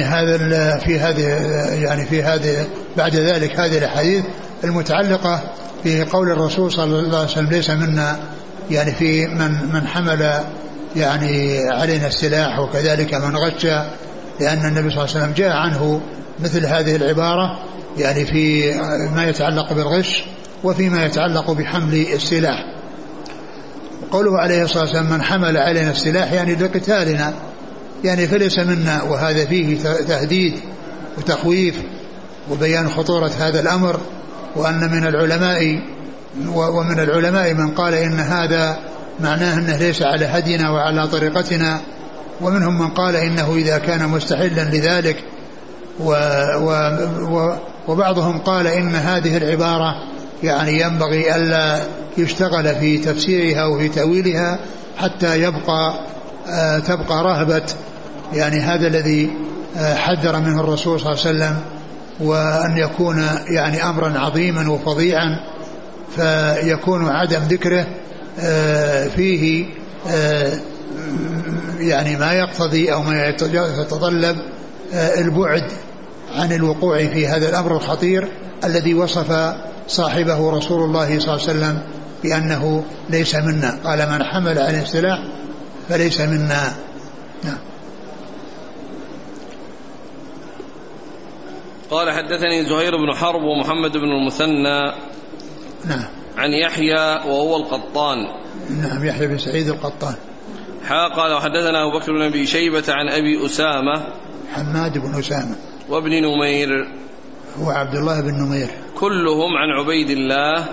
في هذه بعد ذلك هذه الأحاديث المتعلقة في قول الرسول صلى الله عليه وسلم ليس منا، يعني في من حمل يعني علينا السلاح، وكذلك من غش، لأن النبي صلى الله عليه وسلم جاء عنه مثل هذه العبارة يعني في ما يتعلق بالغش وفيما يتعلق بحمل السلاح. قوله عليه الصلاة والسلام من حمل علينا السلاح يعني لقتالنا، يعني فليس منا، وهذا فيه تهديد وتخويف وبيان خطورة هذا الأمر، وأن من العلماء من قال إن هذا معناه أنه ليس على هدينا وعلى طريقتنا، ومنهم من قال إنه إذا كان مستحلا لذلك، وبعضهم قال إن هذه العبارة يعني ينبغي ألا يشتغل في تفسيرها وفي تأويلها حتى تبقى رهبة يعني هذا الذي حذر منه الرسول صلى الله عليه وسلم، وأن يكون يعني أمرا عظيما وفظيعا، فيكون عدم ذكره فيه يعني ما يقتضي أو ما يتطلب البعد عن الوقوع في هذا الأمر الخطير الذي وصف صاحبه رسول الله صلى الله عليه وسلم بأنه ليس منا. قال من حمل على السلاح فليس منا. نعم. قال حدثني زهير بن حرب ومحمد بن المثنى نعم عن يحيى وهو القطان. نعم يحيى بن سعيد القطان. قال وحدثنا أبو بكر بن أبي شيبة عن أبي أسامة حماد بن أسامة وابن نمير هو عبد الله بن نمير كلهم عن عبيد الله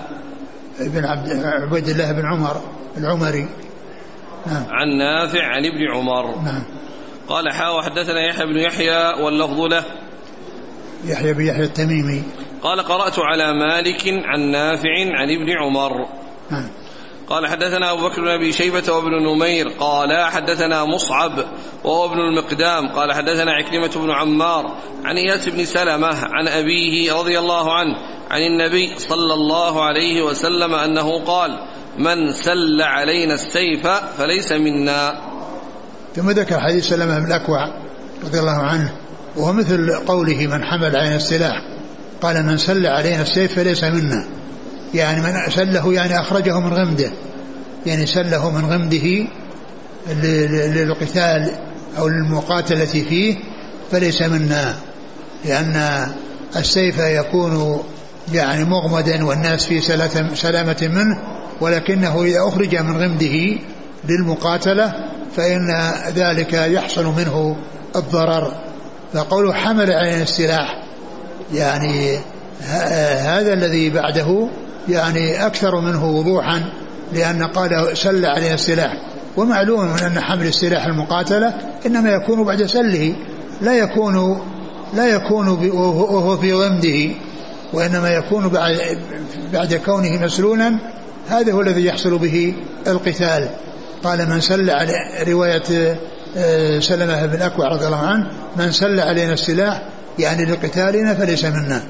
بن عمر العمري. نعم. عن نافع عن ابن عمر. نعم. قال وحدثنا يحيى بن يحيى واللفظ له يحيى بن يحيى التميمي قال قرأت على مالك عن نافع عن ابن عمر. نعم. قال حدثنا أبو بكر بن أبي شيبة وابن نمير قال حدثنا مصعب وهو ابن المقدام قال حدثنا عكرمة بن عمار عن إياس بن سلمة عن أبيه رضي الله عنه عن النبي صلى الله عليه وسلم أنه قال من سل علينا السيف فليس منا. ثم ذكر حديث سلمة بن الأكوع رضي الله عنه وهو مثل قوله من حمل علينا السلاح، قال من سل علينا السيف فليس منا، يعني من سله يعني أخرجه من غمده، يعني سله من غمده للقتال أو للمقاتلة فيه فليس منا، لأن السيف يكون يعني مغمدا والناس في سلامة منه، ولكنه إذا أخرج من غمده للمقاتلة فإن ذلك يحصل منه الضرر. فقوله حمل علينا السلاح يعني هذا الذي بعده يعني أكثر منه وضوحا، لأن قال سل علينا السلاح، ومعلوم من أن حمل السلاح المقاتلة إنما يكون بعد سله، لا يكون وهو في غمده، وإنما يكون بعد كونه مسلولا، هذا هو الذي يحصل به القتال. قال من سل على رواية سلمة بن الأكوع رضي الله عنه من سل علينا السلاح يعني لقتالنا فليس منا.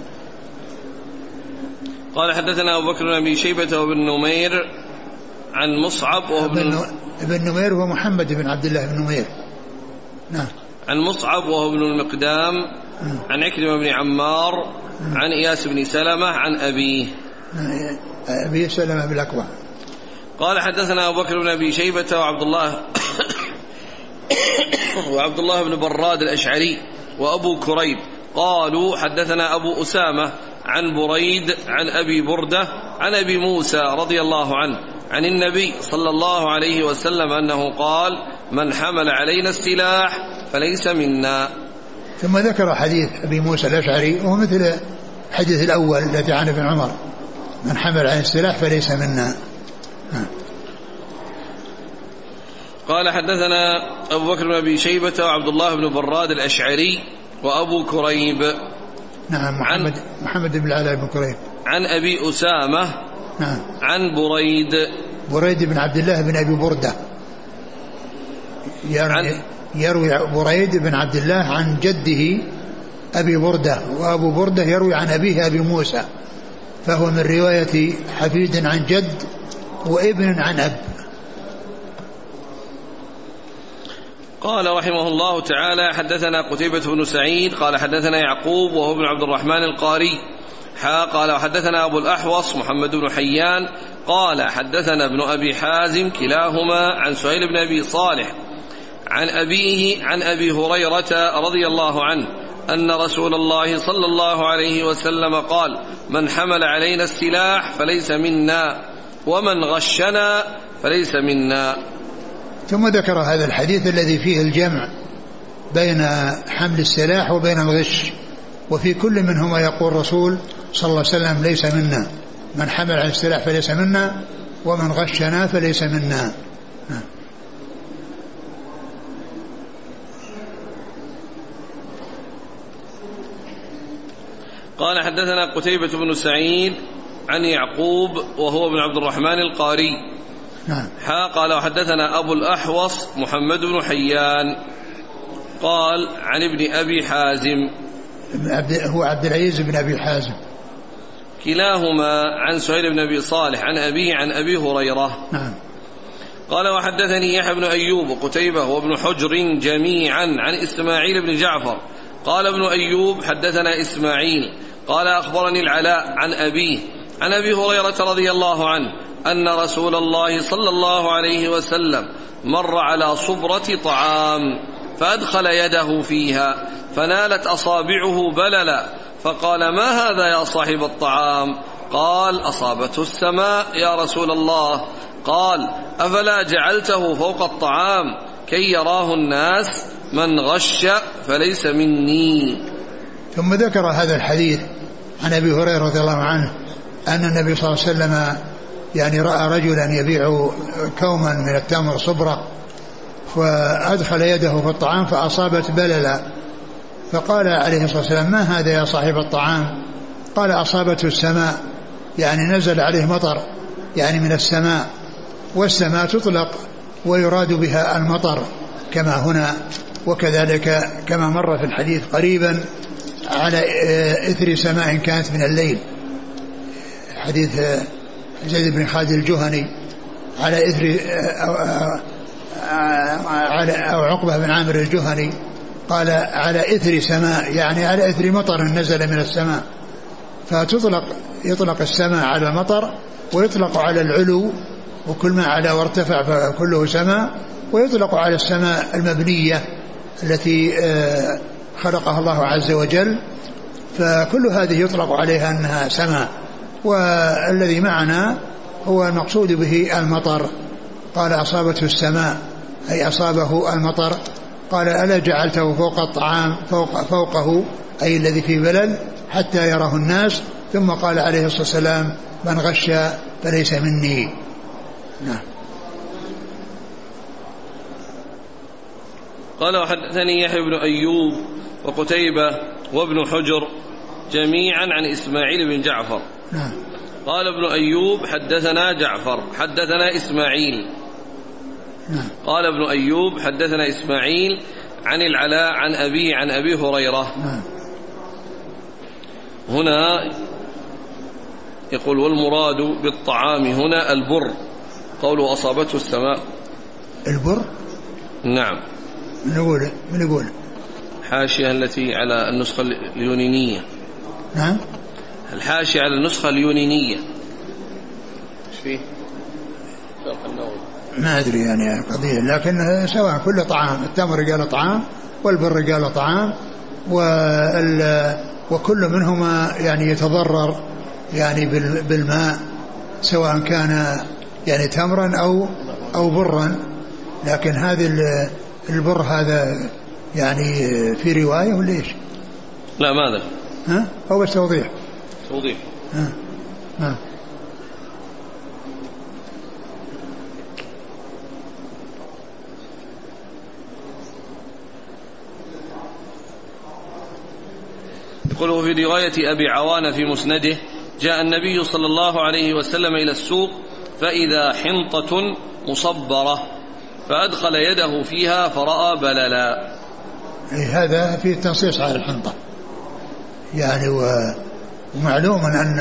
قال حدثنا أبو بكر بن أبي شيبة وابن نمير عن مصعب ابن نمير هو محمد بن عبد الله بن نمير. نعم. عن مصعب وهو ابن المقدام عن عكرمة بن عمار عن إياس بن سلمة عن أبيه سلمة بن الأكوع. قال حدثنا أبو بكر بن أبي شيبة وعبد الله بن براد الأشعري وأبو كريب قالوا حدثنا أبو أسامة عن بريد عن أبي بردة عن أبي موسى رضي الله عنه عن النبي صلى الله عليه وسلم أنه قال من حمل علينا السلاح فليس منا. ثم ذكر حديث أبي موسى الأشعري وهو مثل الحديث الأول الذي عن ابن عمر من حمل علينا السلاح فليس منا. قال حدثنا أبو بكر بن أبي شيبة وعبد الله بن براد الأشعري وأبو كريب. نعم. محمد بن العلاء بن كريب. عن أبي أسامة. نعم. عن بريد بن عبد الله بن أبي بردة. يروي بريد بن عبد الله عن جده أبي بردة، وأبو بردة يروي عن أبيه أبي موسى، فهو من رواية حفيد عن جد وابن عن أب. قال رحمه الله تعالى: حدثنا قتيبة بن سعيد قال حدثنا يعقوب وهو ابن عبد الرحمن القاري قال وحدثنا أبو الأحوص محمد بن حيان قال حدثنا ابن أبي حازم كلاهما عن سهيل بن أبي صالح عن أبيه عن أبي هريرة رضي الله عنه أن رسول الله صلى الله عليه وسلم قال: من حمل علينا السلاح فليس منا ومن غشنا فليس منا. ثم ذكر هذا الحديث الذي فيه الجمع بين حمل السلاح وبين الغش، وفي كل منهما يقول الرسول صلى الله عليه وسلم: ليس منا، من حمل على السلاح فليس منا ومن غشنا فليس منا. قال حدثنا قتيبة بن سعيد عن يعقوب وهو ابن عبد الرحمن القاري قال وحدثنا أبو الأحوص محمد بن حيان قال عن ابن أبي حازم هو عبد العزيز بن أبي حازم كلاهما عن سهيل بن أبي صالح عن أبيه عن أبي هريرة. قال وحدثني يحيى بن أيوب وقتيبة وابن حجر جميعا عن إسماعيل بن جعفر قال ابن أيوب حدثنا إسماعيل قال أخبرني العلاء عن أبيه عن أبي هريرة رضي الله عنه أن رسول الله صلى الله عليه وسلم مر على صبرة طعام فأدخل يده فيها فنالت أصابعه بللا فقال: ما هذا يا صاحب الطعام؟ قال: أصابته السماء يا رسول الله. قال: أفلا جعلته فوق الطعام كي يراه الناس؟ من غش فليس مني. ثم ذكر هذا الحديث عن أبي هريرة رضي الله عنه أن النبي صلى الله عليه وسلم يعني رأى رجلا يبيع كوما من التمر صبرة فأدخل يده في الطعام فأصابت بللا فقال عليه الصلاة والسلام: ما هذا يا صاحب الطعام؟ قال: أصابته السماء، يعني نزل عليه مطر يعني من السماء، والسماء تطلق ويراد بها المطر كما هنا، وكذلك كما مر في الحديث قريبا على إثر سماء كانت من الليل، حديث زيد بن خالد الجهني على إثر أو عقبة بن عامر الجهني قال على إثر سماء، يعني على إثر مطر نزل من السماء، يطلق السماء على المطر ويطلق على العلو، وكل ما علا وارتفع فكله سماء، ويطلق على السماء المبنية التي خلقها الله عز وجل، فكل هذه يطلق عليها أنها سماء. والذي معنا هو المقصود به المطر. قال: أصابته السماء أي أصابه المطر. قال: ألا جعلته فوق الطعام فوقه أي الذي في بلل حتى يراه الناس؟ ثم قال عليه الصلاة والسلام: من غش فليس مني. قال وحدثني يحيى بن أيوب وقتيبة وابن حجر جميعا عن إسماعيل بن جعفر. قال ابن أيوب حدثنا جعفر حدثنا إسماعيل. قال ابن أيوب حدثنا إسماعيل عن العلاء عن أبي عن أبي هريرة. هنا يقول: والمراد بالطعام هنا البر، قوله أصابته السماء. البر؟ نعم. من يقول الحاشية التي على النسخة اليونانية. نعم، الحاشية على النسخة اليونانية. ايش فيه؟ ما أدري يعني قضية، لكن سواء كل طعام، التمر قال طعام والبر قال طعام، وكل منهما يعني يتضرر يعني بالماء، سواء كان يعني تمرا أو برا. لكن هذه البر هذا يعني في رواية ولا إيش؟ لا ماذا؟ هو بس توضيح. يقوله في رواية أبي عوانة في مسنده: جاء النبي صلى الله عليه وسلم إلى السوق فإذا حنطة مصبرة فأدخل يده فيها فرأى بللا. هذا فيه تنصيص على الحنطة يعني. ومعلوم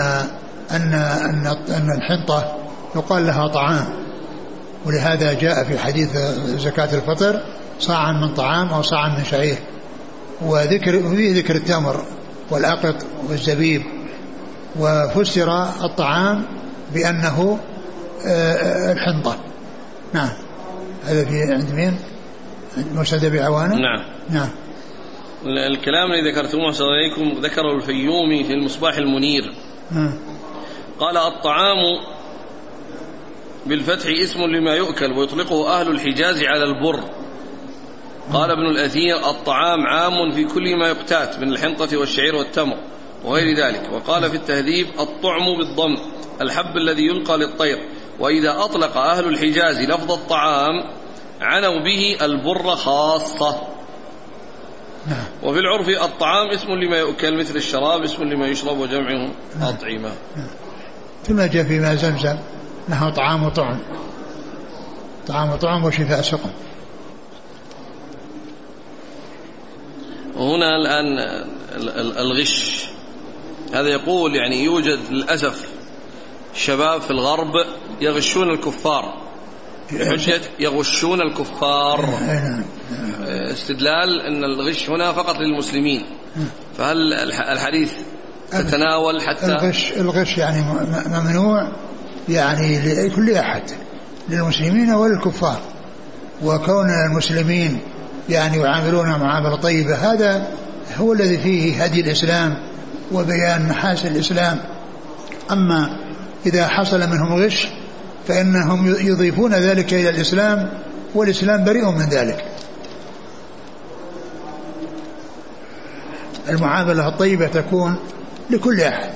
أن الحنطة يقال لها طعام، ولهذا جاء في حديث زكاة الفطر صاعا من طعام أو صاعا من شعير، وفيه ذكر التمر والأقط والزبيب، وفسر الطعام بأنه الحنطة. نعم. هذا في عند مين؟ مسند أبي عوانة. نعم. الكلام الذي ذكرتموه أحسن إليكم ذكره الفيومي في المصباح المنير. قال: الطعام بالفتح اسم لما يؤكل ويطلقه أهل الحجاز على البر. قال ابن الأثير: الطعام عام في كل ما يقتات من الحنطة والشعير والتمر وغير ذلك. وقال في التهذيب: الطعم بالضم الحب الذي يلقى للطير. وإذا أطلق أهل الحجاز لفظ الطعام عنوا به البر خاصة. وفي العرف الطعام اسم لما يؤكل مثل الشراب اسم لما يشرب وجمعه أطعمة. ثم جاء فيما زمزم نحو طعام وطعم، طعام وطعم وشفاء سقم. وهنا الآن الغش هذا يقول يعني يوجد للأسف شباب في الغرب يغشون الكفار بحجة يغشون الكفار، استدلال أن الغش هنا فقط للمسلمين. فهل الحديث تتناول حتى الغش يعني ممنوع يعني لكل أحد، للمسلمين وللكفار؟ وكون المسلمين يعني يعاملون معاملة طيبة هذا هو الذي فيه هدي الإسلام وبيان محاسن الإسلام. أما إذا حصل منهم غش فإنهم يضيفون ذلك إلى الإسلام، والإسلام بريء من ذلك. المعاملة الطيبة تكون لكل أحد.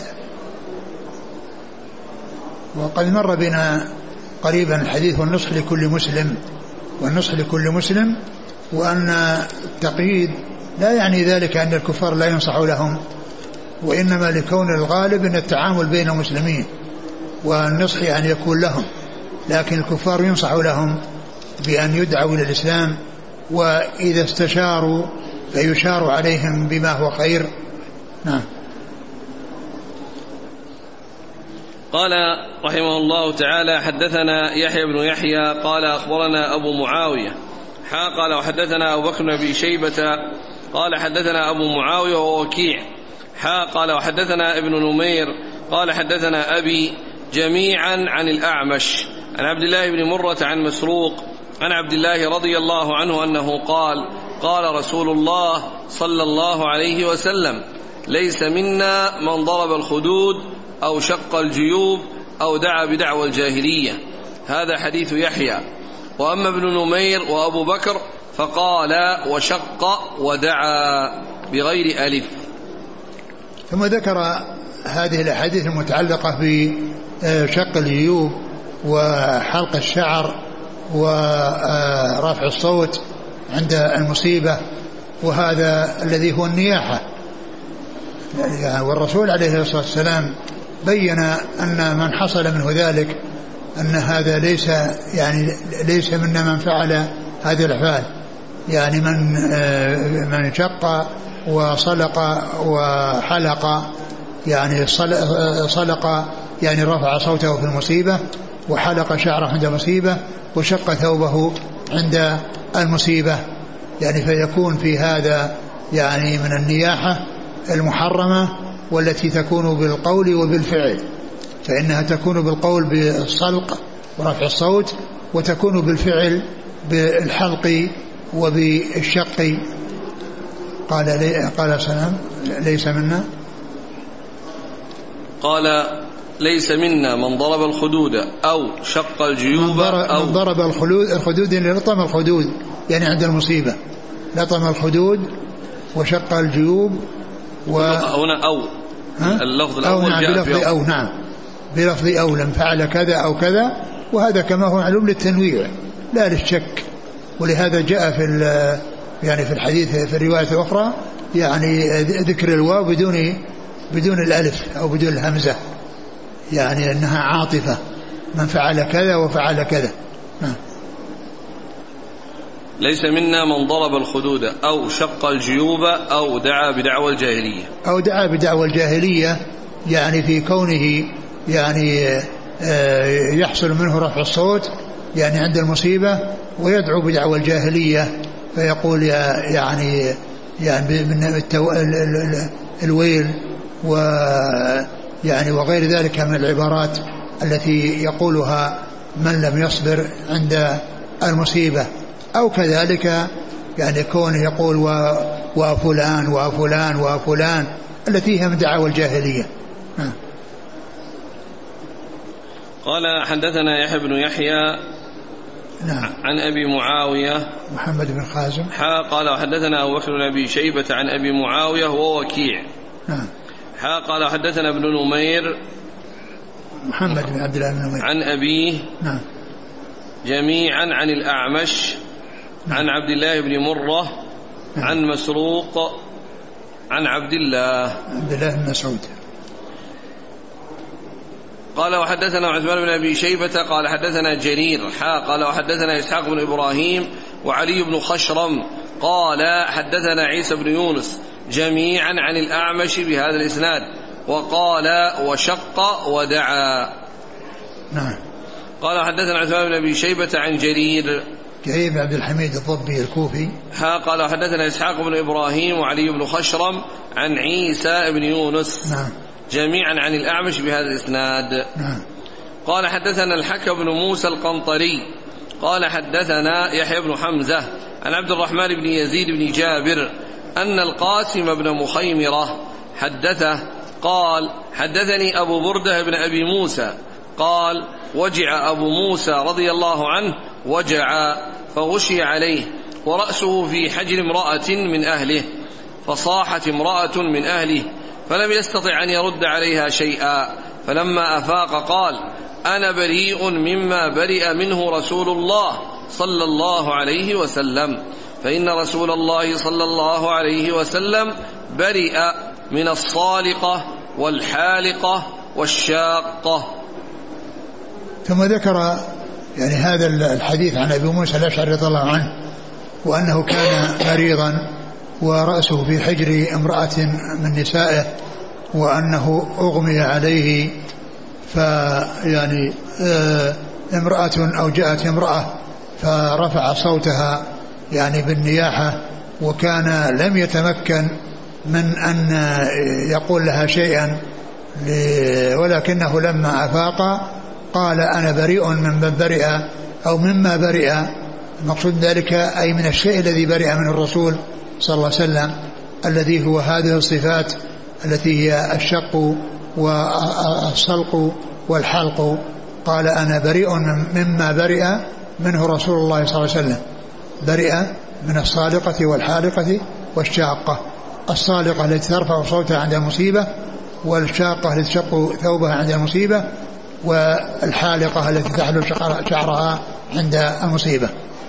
وقد مر بنا قريبا الحديث والنصح لكل مسلم، والنصح لكل مسلم، وأن التقييد لا يعني ذلك أن الكفار لا ينصح لهم، وإنما لكون الغالب أن التعامل بين المسلمين والنصح يعني يكون لهم، لكن الكفار ينصح لهم بأن يدعوا إلى الإسلام، وإذا استشاروا فيشار عليهم بما هو خير. نعم. قال رحمه الله تعالى: حدثنا يحيى بن يحيى قال أخبرنا أبو معاوية قال وحدثنا أبو بكر بن أبي شيبة قال حدثنا أبو معاوية ووكيع قال وحدثنا ابن نمير قال حدثنا أبي جميعا عن الأعمش عن عبد الله بن مرة عن مسروق عن عبد الله رضي الله عنه أنه قال: قال رسول الله صلى الله عليه وسلم: ليس منا من ضرب الخدود أو شق الجيوب أو دعا بدعوى الجاهلية. هذا حديث يحيى. وأما ابن نمير وأبو بكر فقال وشق ودعا بغير ألف. ثم ذكر هذه الأحاديث المتعلقة بشق الجيوب وحلق الشعر ورفع الصوت عند المصيبة، وهذا الذي هو النياحة. والرسول عليه الصلاة والسلام بين أن من حصل منه ذلك أن هذا ليس منا من فعل هذه الأفعال، يعني من شق وصلق وحلق، يعني صلق يعني رفع صوته في المصيبة، وحلق شعره عند المصيبة، وشق ثوبه عند المصيبة، يعني فيكون في هذا يعني من النياحة المحرمة والتي تكون بالقول وبالفعل، فإنها تكون بالقول بالصلق ورفع الصوت، وتكون بالفعل بالحلق وبالشق. قال سلام ليس منا، قال ليس منا من ضرب الخدود أو شق الجيوب من ضرب الخدود يعني لطم الخدود، يعني عند المصيبة لطم الخدود وشق الجيوب هنا أو اللفظ الأول نعم بلفظ أو، نعم بلفظ أو لم فعل كذا أو كذا، وهذا كما هو معلوم للتنويع لا للشك. ولهذا جاء في الحديث في الرواية الأخرى يعني ذكر الواو بدون الألف أو بدون الهمزة، يعني أنها عاطفة، من فعل كذا وفعل كذا. ليس منا من ضرب الخدود أو شق الجيوب أو دعا بدعوى الجاهلية. أو دعا بدعوى الجاهلية يعني في كونه يعني يحصل منه رفع الصوت يعني عند المصيبة، ويدعو بدعوى الجاهلية فيقول يعني من الويل ويعني وغير ذلك من العبارات التي يقولها من لم يصبر عند المصيبة. أو كذلك يعني كونه يقول وفلان وفلان وفلان التي هي من دعوى الجاهلية. قال حدثنا يحيى بن يحيى نعم عن أبي معاوية محمد بن خازم قال وحدثنا أبو بكر بن أبي شيبة عن أبي معاوية ووكيع نعم قال حدثنا ابن نمير محمد بن عبد الله بن نمير عن أبيه نعم جميعا عن الأعمش نعم عن عبد الله بن مرة نعم عن مسروق عن عبد الله بن مسعود. قال وحدثنا عثمان بن أبي شيبة قال حدثنا جرير قال وحدثنا إسحاق بن إبراهيم وعلي بن خشرم قال حدثنا عيسى بن يونس جميعا عن الأعمش بهذا الإسناد وقال وشق ودعا. نعم. قال حدثنا عثمان بن أبي شيبة عن جرير بن عبد الحميد الضبي الكوفي قال حدثنا إسحاق بن إبراهيم وعلي بن خشرم عن عيسى بن يونس نعم جميعا عن الأعمش بهذا الإسناد. نعم. قال حدثنا الحكم بن موسى القنطري قال حدثنا يحيى بن حمزة عن عبد الرحمن بن يزيد بن جابر أن القاسم بن مخيمرة حدثه قال حدثني أبو بردة بن أبي موسى قال وجع أبو موسى رضي الله عنه وجع فغشي عليه ورأسه في حجر امرأة من أهله فصاحت امرأة من أهله فلم يستطع أن يرد عليها شيئا فلما أفاق قال أنا بريء مما برئ منه رسول الله صلى الله عليه وسلم فإن رسول الله صلى الله عليه وسلم برئ من الصالقة والحالقة والشاقة. ثم ذكر يعني هذا الحديث عن أبي موسى الأشعري رضي الله عنه وأنه كان مريضا ورأسه في حجر امرأة من نسائه وأنه أغمي عليه فيعني امرأة أو جاءت امرأة فرفع صوتها يعني بالنياحة وكان لم يتمكن من أن يقول لها شيئا ولكنه لما أفاق قال أنا بريء من برئ أو مما برئ المقصود ذلك أي من الشيء الذي برئ من الرسول صلى الله عليه وسلم الذي هو هذه الصفات التي هي الشق والصلق والحلق. قال أنا بريء مما برئ منه رسول الله صلى الله عليه وسلم. برئ من الصالقة والحالقة والشاقة. الصالقة التي ترفع صوتها عند المصيبة والشاقة التي تشق ثوبها عند المصيبة والحالقة التي تحلو شعرها عند المصيبة.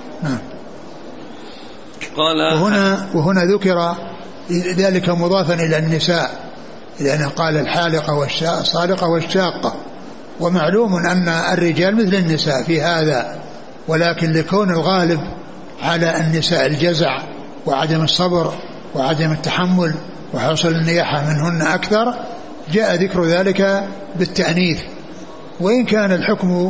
وهنا ذكر ذلك مضافا إلى النساء لأنه قال الحالقة والصالقة والشاقة ومعلوم أن الرجال مثل النساء في هذا ولكن لكون الغالب على النساء الجزع وعدم الصبر وعدم التحمل وحصل النياحة منهن أكثر جاء ذكر ذلك بالتأنيث وإن كان الحكم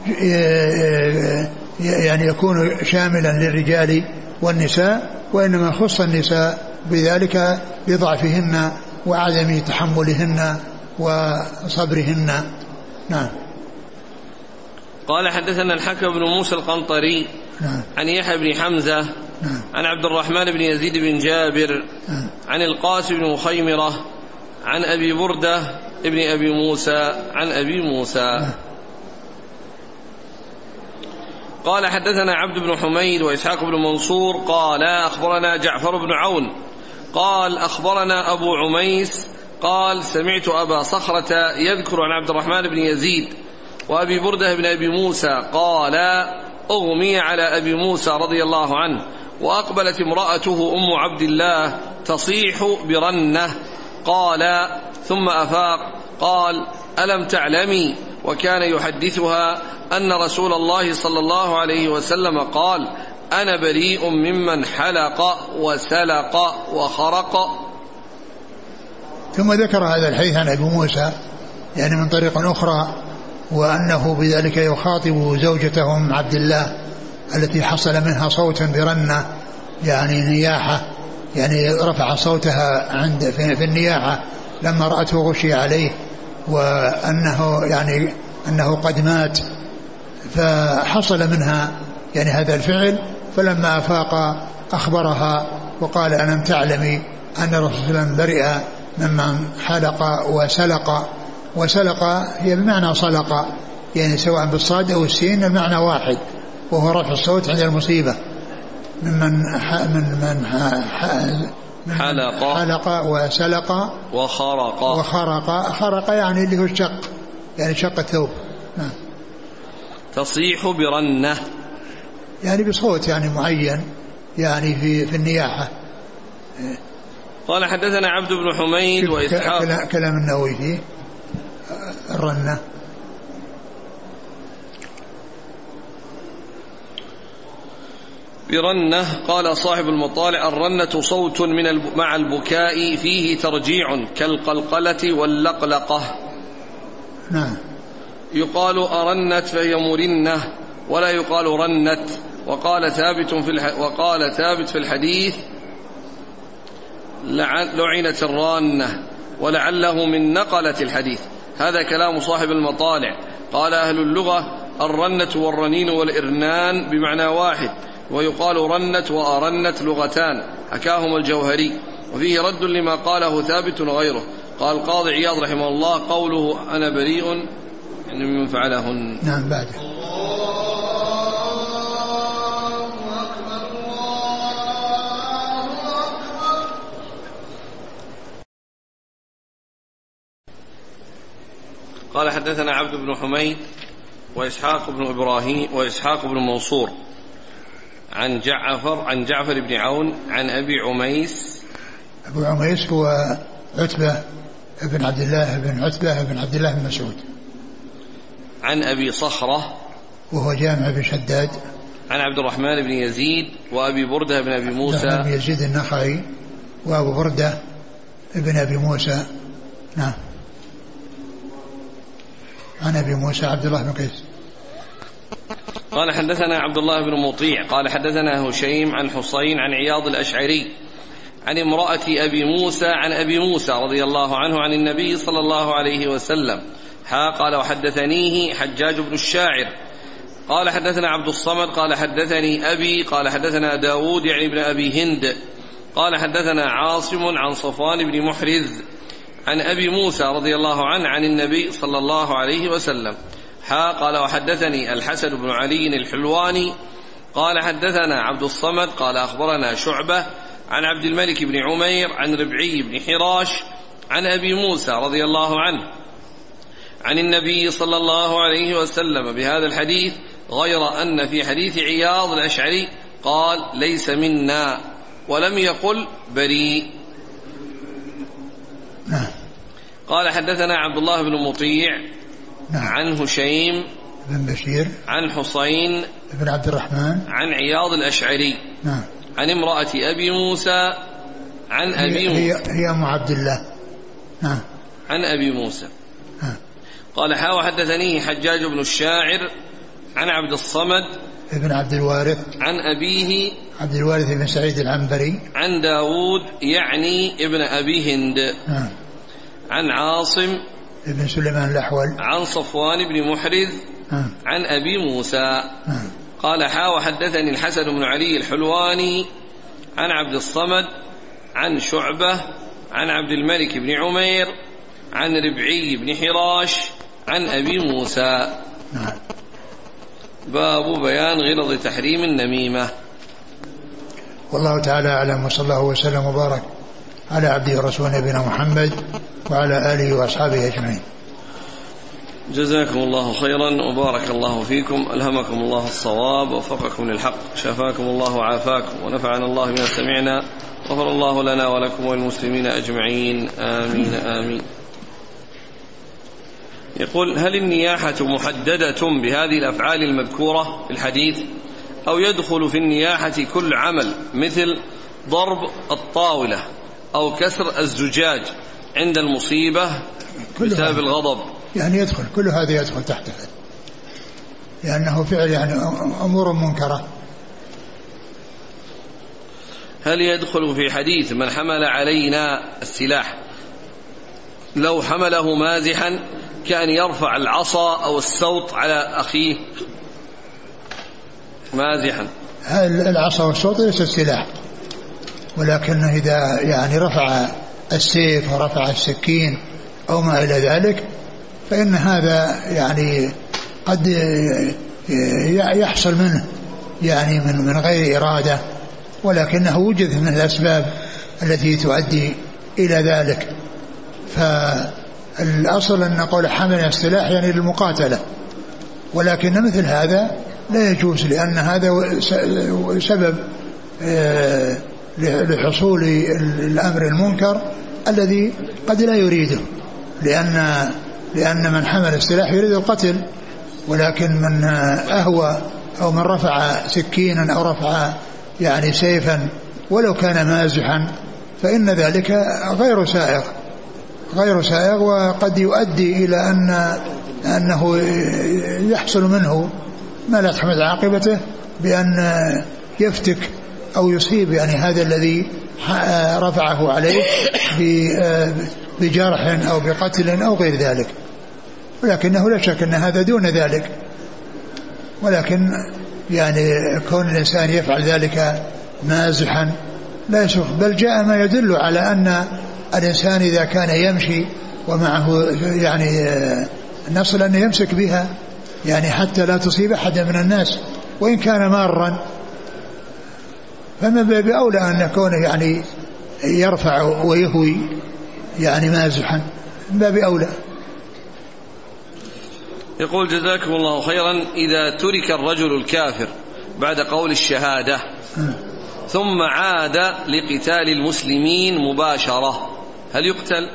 يعني يكون شاملا للرجال والنساء وإنما خص النساء بذلك لضعفهن وعدم تحملهن وصبرهن. نعم. قال حدثنا الحكم بن موسى القنطري عن يحيى بن حمزة عن عبد الرحمن بن يزيد بن جابر عن القاسم بن مخيمرة عن أبي بردة ابن أبي موسى عن أبي موسى. قال حدثنا عبد بن حميد وإسحاق بن منصور قال أخبرنا جعفر بن عون قال أخبرنا أبو عميس قال سمعت أبا صخرة يذكر عن عبد الرحمن بن يزيد وأبي بردة بن أبي موسى قال أغمي على أبي موسى رضي الله عنه وأقبلت امرأته أم عبد الله تصيح برنة. قال ثم أفاق قال ألم تعلمي؟ وكان يحدثها أن رسول الله صلى الله عليه وسلم قال أنا بريء ممن حلق وسلق وخرق. ثم ذكر هذا الحديث عن أبي موسى يعني من طريق أخرى، وأنه بذلك يخاطب زوجته أم عبد الله التي حصل منها صوت برنة يعني نياحة، يعني رفع صوتها عند في النياحة لما رأته غشي عليه وأنه يعني أنه قد مات، فحصل منها يعني هذا الفعل. فلما أفاق أخبرها وقال ألم تعلمي أن الرسول صلى الله عليه وسلم برئ ممن حلق وسلق. وسلق هي بمعنى صلق، يعني سواء بالصاد أو السين المعنى واحد، وهو رفع الصوت عند المصيبة. من حلق وسلق وخرق. خرق يعني اللي هو الشق، يعني شق الثوب. تصيح برنة يعني بصوت يعني معين يعني في النياحة. قال حدثنا عبد بن حميد وإسحاق. كلام النووي فيه الرنة. برنة. قال صاحب المطالع الرنة صوت مع البكاء فيه ترجيع كالقلقلة واللقلقة. نعم. يقال أرنت فهي مرنة ولا يقال رنت. وقال ثابت في الحديث لعنت الرانة ولعله من نقلة الحديث. هذا كلام صاحب المطالع. قال أهل اللغة الرنة والرنين والإرنان بمعنى واحد، ويقال رنت وأرنت لغتان، حكاهما الجوهري، وفيه رد لما قاله ثابت وغيره. قال القاضي عياض رحمه الله قوله أنا بريء يعني ممن فعلهن. نعم. بعده قال حدثنا عبد بن حميد وإسحاق بن إبراهيم وإسحاق بن منصور عن جعفر بن عون عن أبي عميس. أبو عميس هو عتبة بن عبد الله بن عتبة بن عبد الله بن مسعود. عن أبي صخرة وهو جامع بن شداد. عن عبد الرحمن بن يزيد وأبي بردة بن أبي موسى بن يزيد النخعي وأبو بردة بن أبي موسى. نعم. عن أبي موسى عبد الله بن قيس. قال حدثنا عبد الله بن مطيع قال حدثنا هشيم عن حسين عن عياض الأشعري عن امرأة أبي موسى عن أبي موسى رضي الله عنه عن النبي صلى الله عليه وسلم. قال وحدثنيه حجاج بن الشاعر قال حدثنا عبد الصمد قال حدثني أبي قال حدثنا داود يعني ابن أبي هند قال حدثنا عاصم عن صفوان بن محرز عن أبي موسى رضي الله عنه عن النبي صلى الله عليه وسلم. قال وحدثني الحسن بن علي الحلواني قال حدثنا عبد الصمد قال أخبرنا شعبة عن عبد الملك بن عمير عن ربعي بن حراش عن أبي موسى رضي الله عنه عن النبي صلى الله عليه وسلم بهذا الحديث، غير أن في حديث عياض الأشعري قال ليس منا ولم يقل بريء. قال حدثنا عبد الله بن مطيع عن هشيم بن بشير عن حسين بن عبد الرحمن عن عياض الأشعري عن امرأة أبي موسى عن أبي موسى هي أم عبد الله عن أبي موسى. قال وحدثني حجاج بن الشاعر عن عبد الصمد ابن عبد الوارث عن أبيه عبد الوارث بن سعيد العنبري عن داود يعني ابن أبي هند عن عاصم ابن سليمان الأحول عن صفوان بن محرز عن أبي موسى. قال وحدثني الحسن بن علي الحلواني عن عبد الصمد عن شعبة عن عبد الملك بن عمير عن ربعي بن حراش عن أبي موسى. باب بيان غلظ تحريم النميمة. والله تعالى أعلم، وصلى الله وسلم وبارك على عبده ورسوله نبينا محمد وعلى آله وأصحابه أجمعين. جزاكم الله خيرا وبارك الله فيكم، ألهمكم الله الصواب ووفقكم للحق، شفاكم الله وعافاكم، ونفعنا الله بما سمعنا، غفر الله لنا ولكم وللمسلمين أجمعين، آمين آمين. يقول: هل النياحة محددة بهذه الأفعال المذكورة في الحديث، أو يدخل في النياحة كل عمل مثل ضرب الطاولة أو كسر الزجاج عند المصيبة بسبب الغضب؟ يعني يدخل كل هذا، يدخل تحت هذا، لأنه فعل يعني أمور منكرة. هل يدخل في حديث من حمل علينا السلاح لو حمله مازحا كأن يرفع العصا أو السوط على أخيه مازحا؟ العصا والسوط ليس السلاح، ولكنه إذا يعني رفع السيف ورفع السكين أو ما إلى ذلك فإن هذا يعني قد يحصل منه يعني من غير إرادة، ولكنه وجد من الأسباب التي تؤدي إلى ذلك. فالأصل أن نقول حمل السلاح يعني للمقاتلة، ولكن مثل هذا لا يجوز، لأن هذا سبب لحصول الأمر المنكر الذي قد لا يريده، لأن من حمل السلاح يريد القتل، ولكن من أهوى أو من رفع سكينا أو رفع يعني سيفا ولو كان مازحا فإن ذلك غير سائغ، وقد يؤدي إلى أنه يحصل منه ما لا تحمد عاقبته بأن يفتك أو يصيب يعني هذا الذي رفعه عليه بجرح أو بقتل أو غير ذلك، ولكنه لا شك أن هذا دون ذلك. ولكن يعني كون الإنسان يفعل ذلك مازحا لا يسوغ، بل جاء ما يدل على أن الإنسان إذا كان يمشي ومعه يعني نصل أن يمسك بها يعني حتى لا تصيب أحد من الناس وإن كان مارا، فما باب أولى أن يكون يعني يرفع ويهوي يعني مازحا، من باب أولى. يقول: جزاكم الله خيرا، إذا ترك الرجل الكافر بعد قول الشهادة ثم عاد لقتال المسلمين مباشرة هل يقتل؟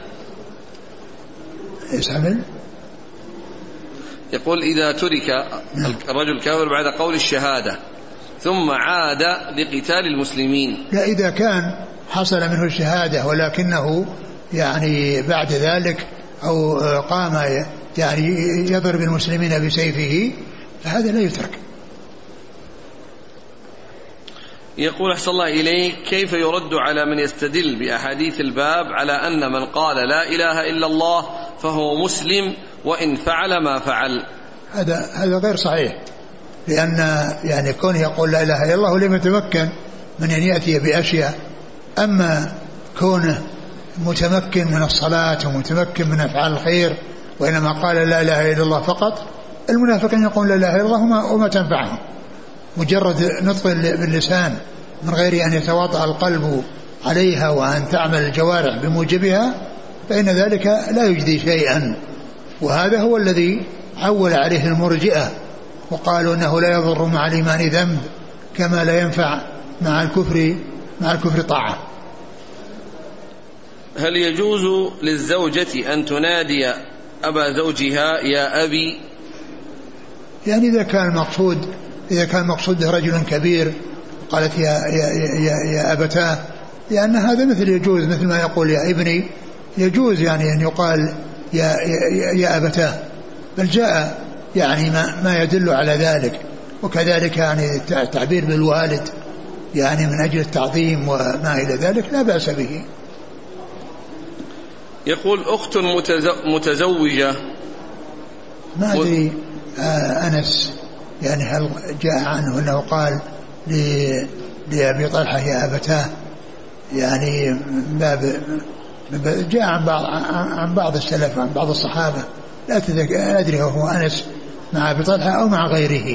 يسعمل؟ يقول: إذا ترك الرجل الكافر بعد قول الشهادة ثم عاد لقتال المسلمين، لا، إذا كان حصل منه الشهادة ولكنه يعني بعد ذلك أو قام يعني يضرب المسلمين بسيفه فهذا لا يترك. يقول: أحسن الله إليك، كيف يرد على من يستدل بأحاديث الباب على أن من قال لا إله إلا الله فهو مسلم وإن فعل ما فعل؟ هذا غير صحيح، لأن يعني كونه يقول لا إله إلا الله لم يتمكن من أن يأتي بأشياء، أما كونه متمكن من الصلاة ومتمكن من أفعال الخير وإنما قال لا إله إلا الله فقط، المنافقين يقول لا إله إلا الله وما تنفعهم، مجرد نطق باللسان من غير أن يتواطأ القلب عليها وأن تعمل الجوارح بموجبها فإن ذلك لا يجدي شيئا. وهذا هو الذي عول عليه المرجئة وقالوا أنه لا يضر مع الإيمان ذنب كما لا ينفع مع الكفر طاعة. هل يجوز للزوجة أن تنادي أبا زوجها يا أبي؟ يعني إذا كان مقصود رجل كبير قالت يا أبتاه، لأن هذا يجوز مثل ما يقول يا ابني، يجوز يعني أن يقال يا أبتاه، بل جاء يعني ما يدل على ذلك. وكذلك يعني التعبير بالوالد يعني من أجل التعظيم وما إلى ذلك لا بأس به. يقول: أخت متزوجة، ما أدري أنس يعني هل جاء عنه أنه قال لأبي طلحة يا أبتاه، يعني جاء عن بعض السلف عن بعض الصحابة، لا أدري هو أنس مع أبي طلحة أو مع غيره.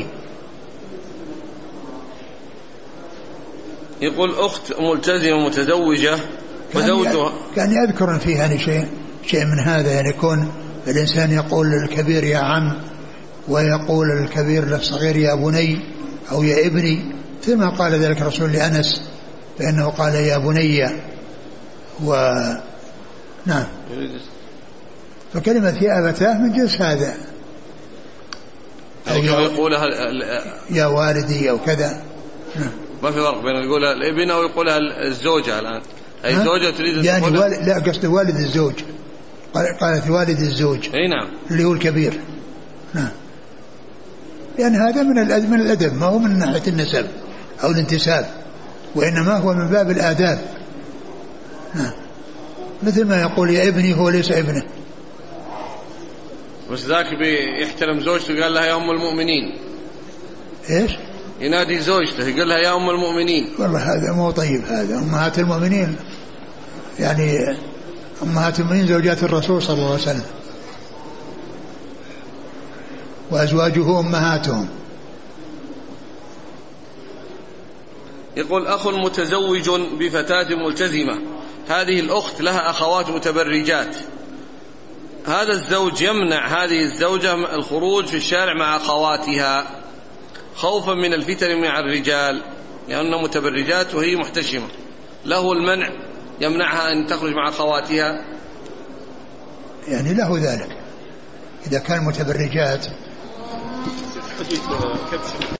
يقول: أخت ملتزمة متزوجة وزوجها كان يذكر فيها يعني شيء من هذا، يعني يكون الإنسان يقول للكبير يا عم، ويقول الكبير للصغير يا بني أو يا ابني، ثم قال ذلك الرسول لأنس فإنه قال يا بني. نعم. فكلمة يا أبتاه من جنس هذا، أو يقولها يا والدي أو كذا. نعم. ما في فرق بين يقولها الابن أو يقولها الزوجة الآن، أي زوجة تريد يعني لا قصد والد الزوج، قالت والد الزوج. أي نعم. اللي هو الكبير. نعم. لأن هذا من الأدب، ما هو من ناحية النسب أو الانتساب، وإنما هو من باب الآداب. نعم. مثل ما يقول يا ابني هو ليس ابنه. بس ذاك بيحترم زوجته، قال لها يا أم المؤمنين. إيش؟ ينادي زوجته يقول لها يا أم المؤمنين. والله هذا مو طيب، هذا أمهات المؤمنين، يعني أمهات المؤمنين زوجات الرسول صلى الله عليه وسلم، وأزواجه أمهاتهم. يقول أخ متزوج بفتاة ملتزمة، هذه الأخت لها أخوات متبرجات، هذا الزوج يمنع هذه الزوجة الخروج في الشارع مع أخواتها خوفا من الفتن مع الرجال لأنها متبرجات وهي محتشمة، له المنع يمنعها أن تخرج مع أخواتها؟ يعني له ذلك إذا كان متبرجات.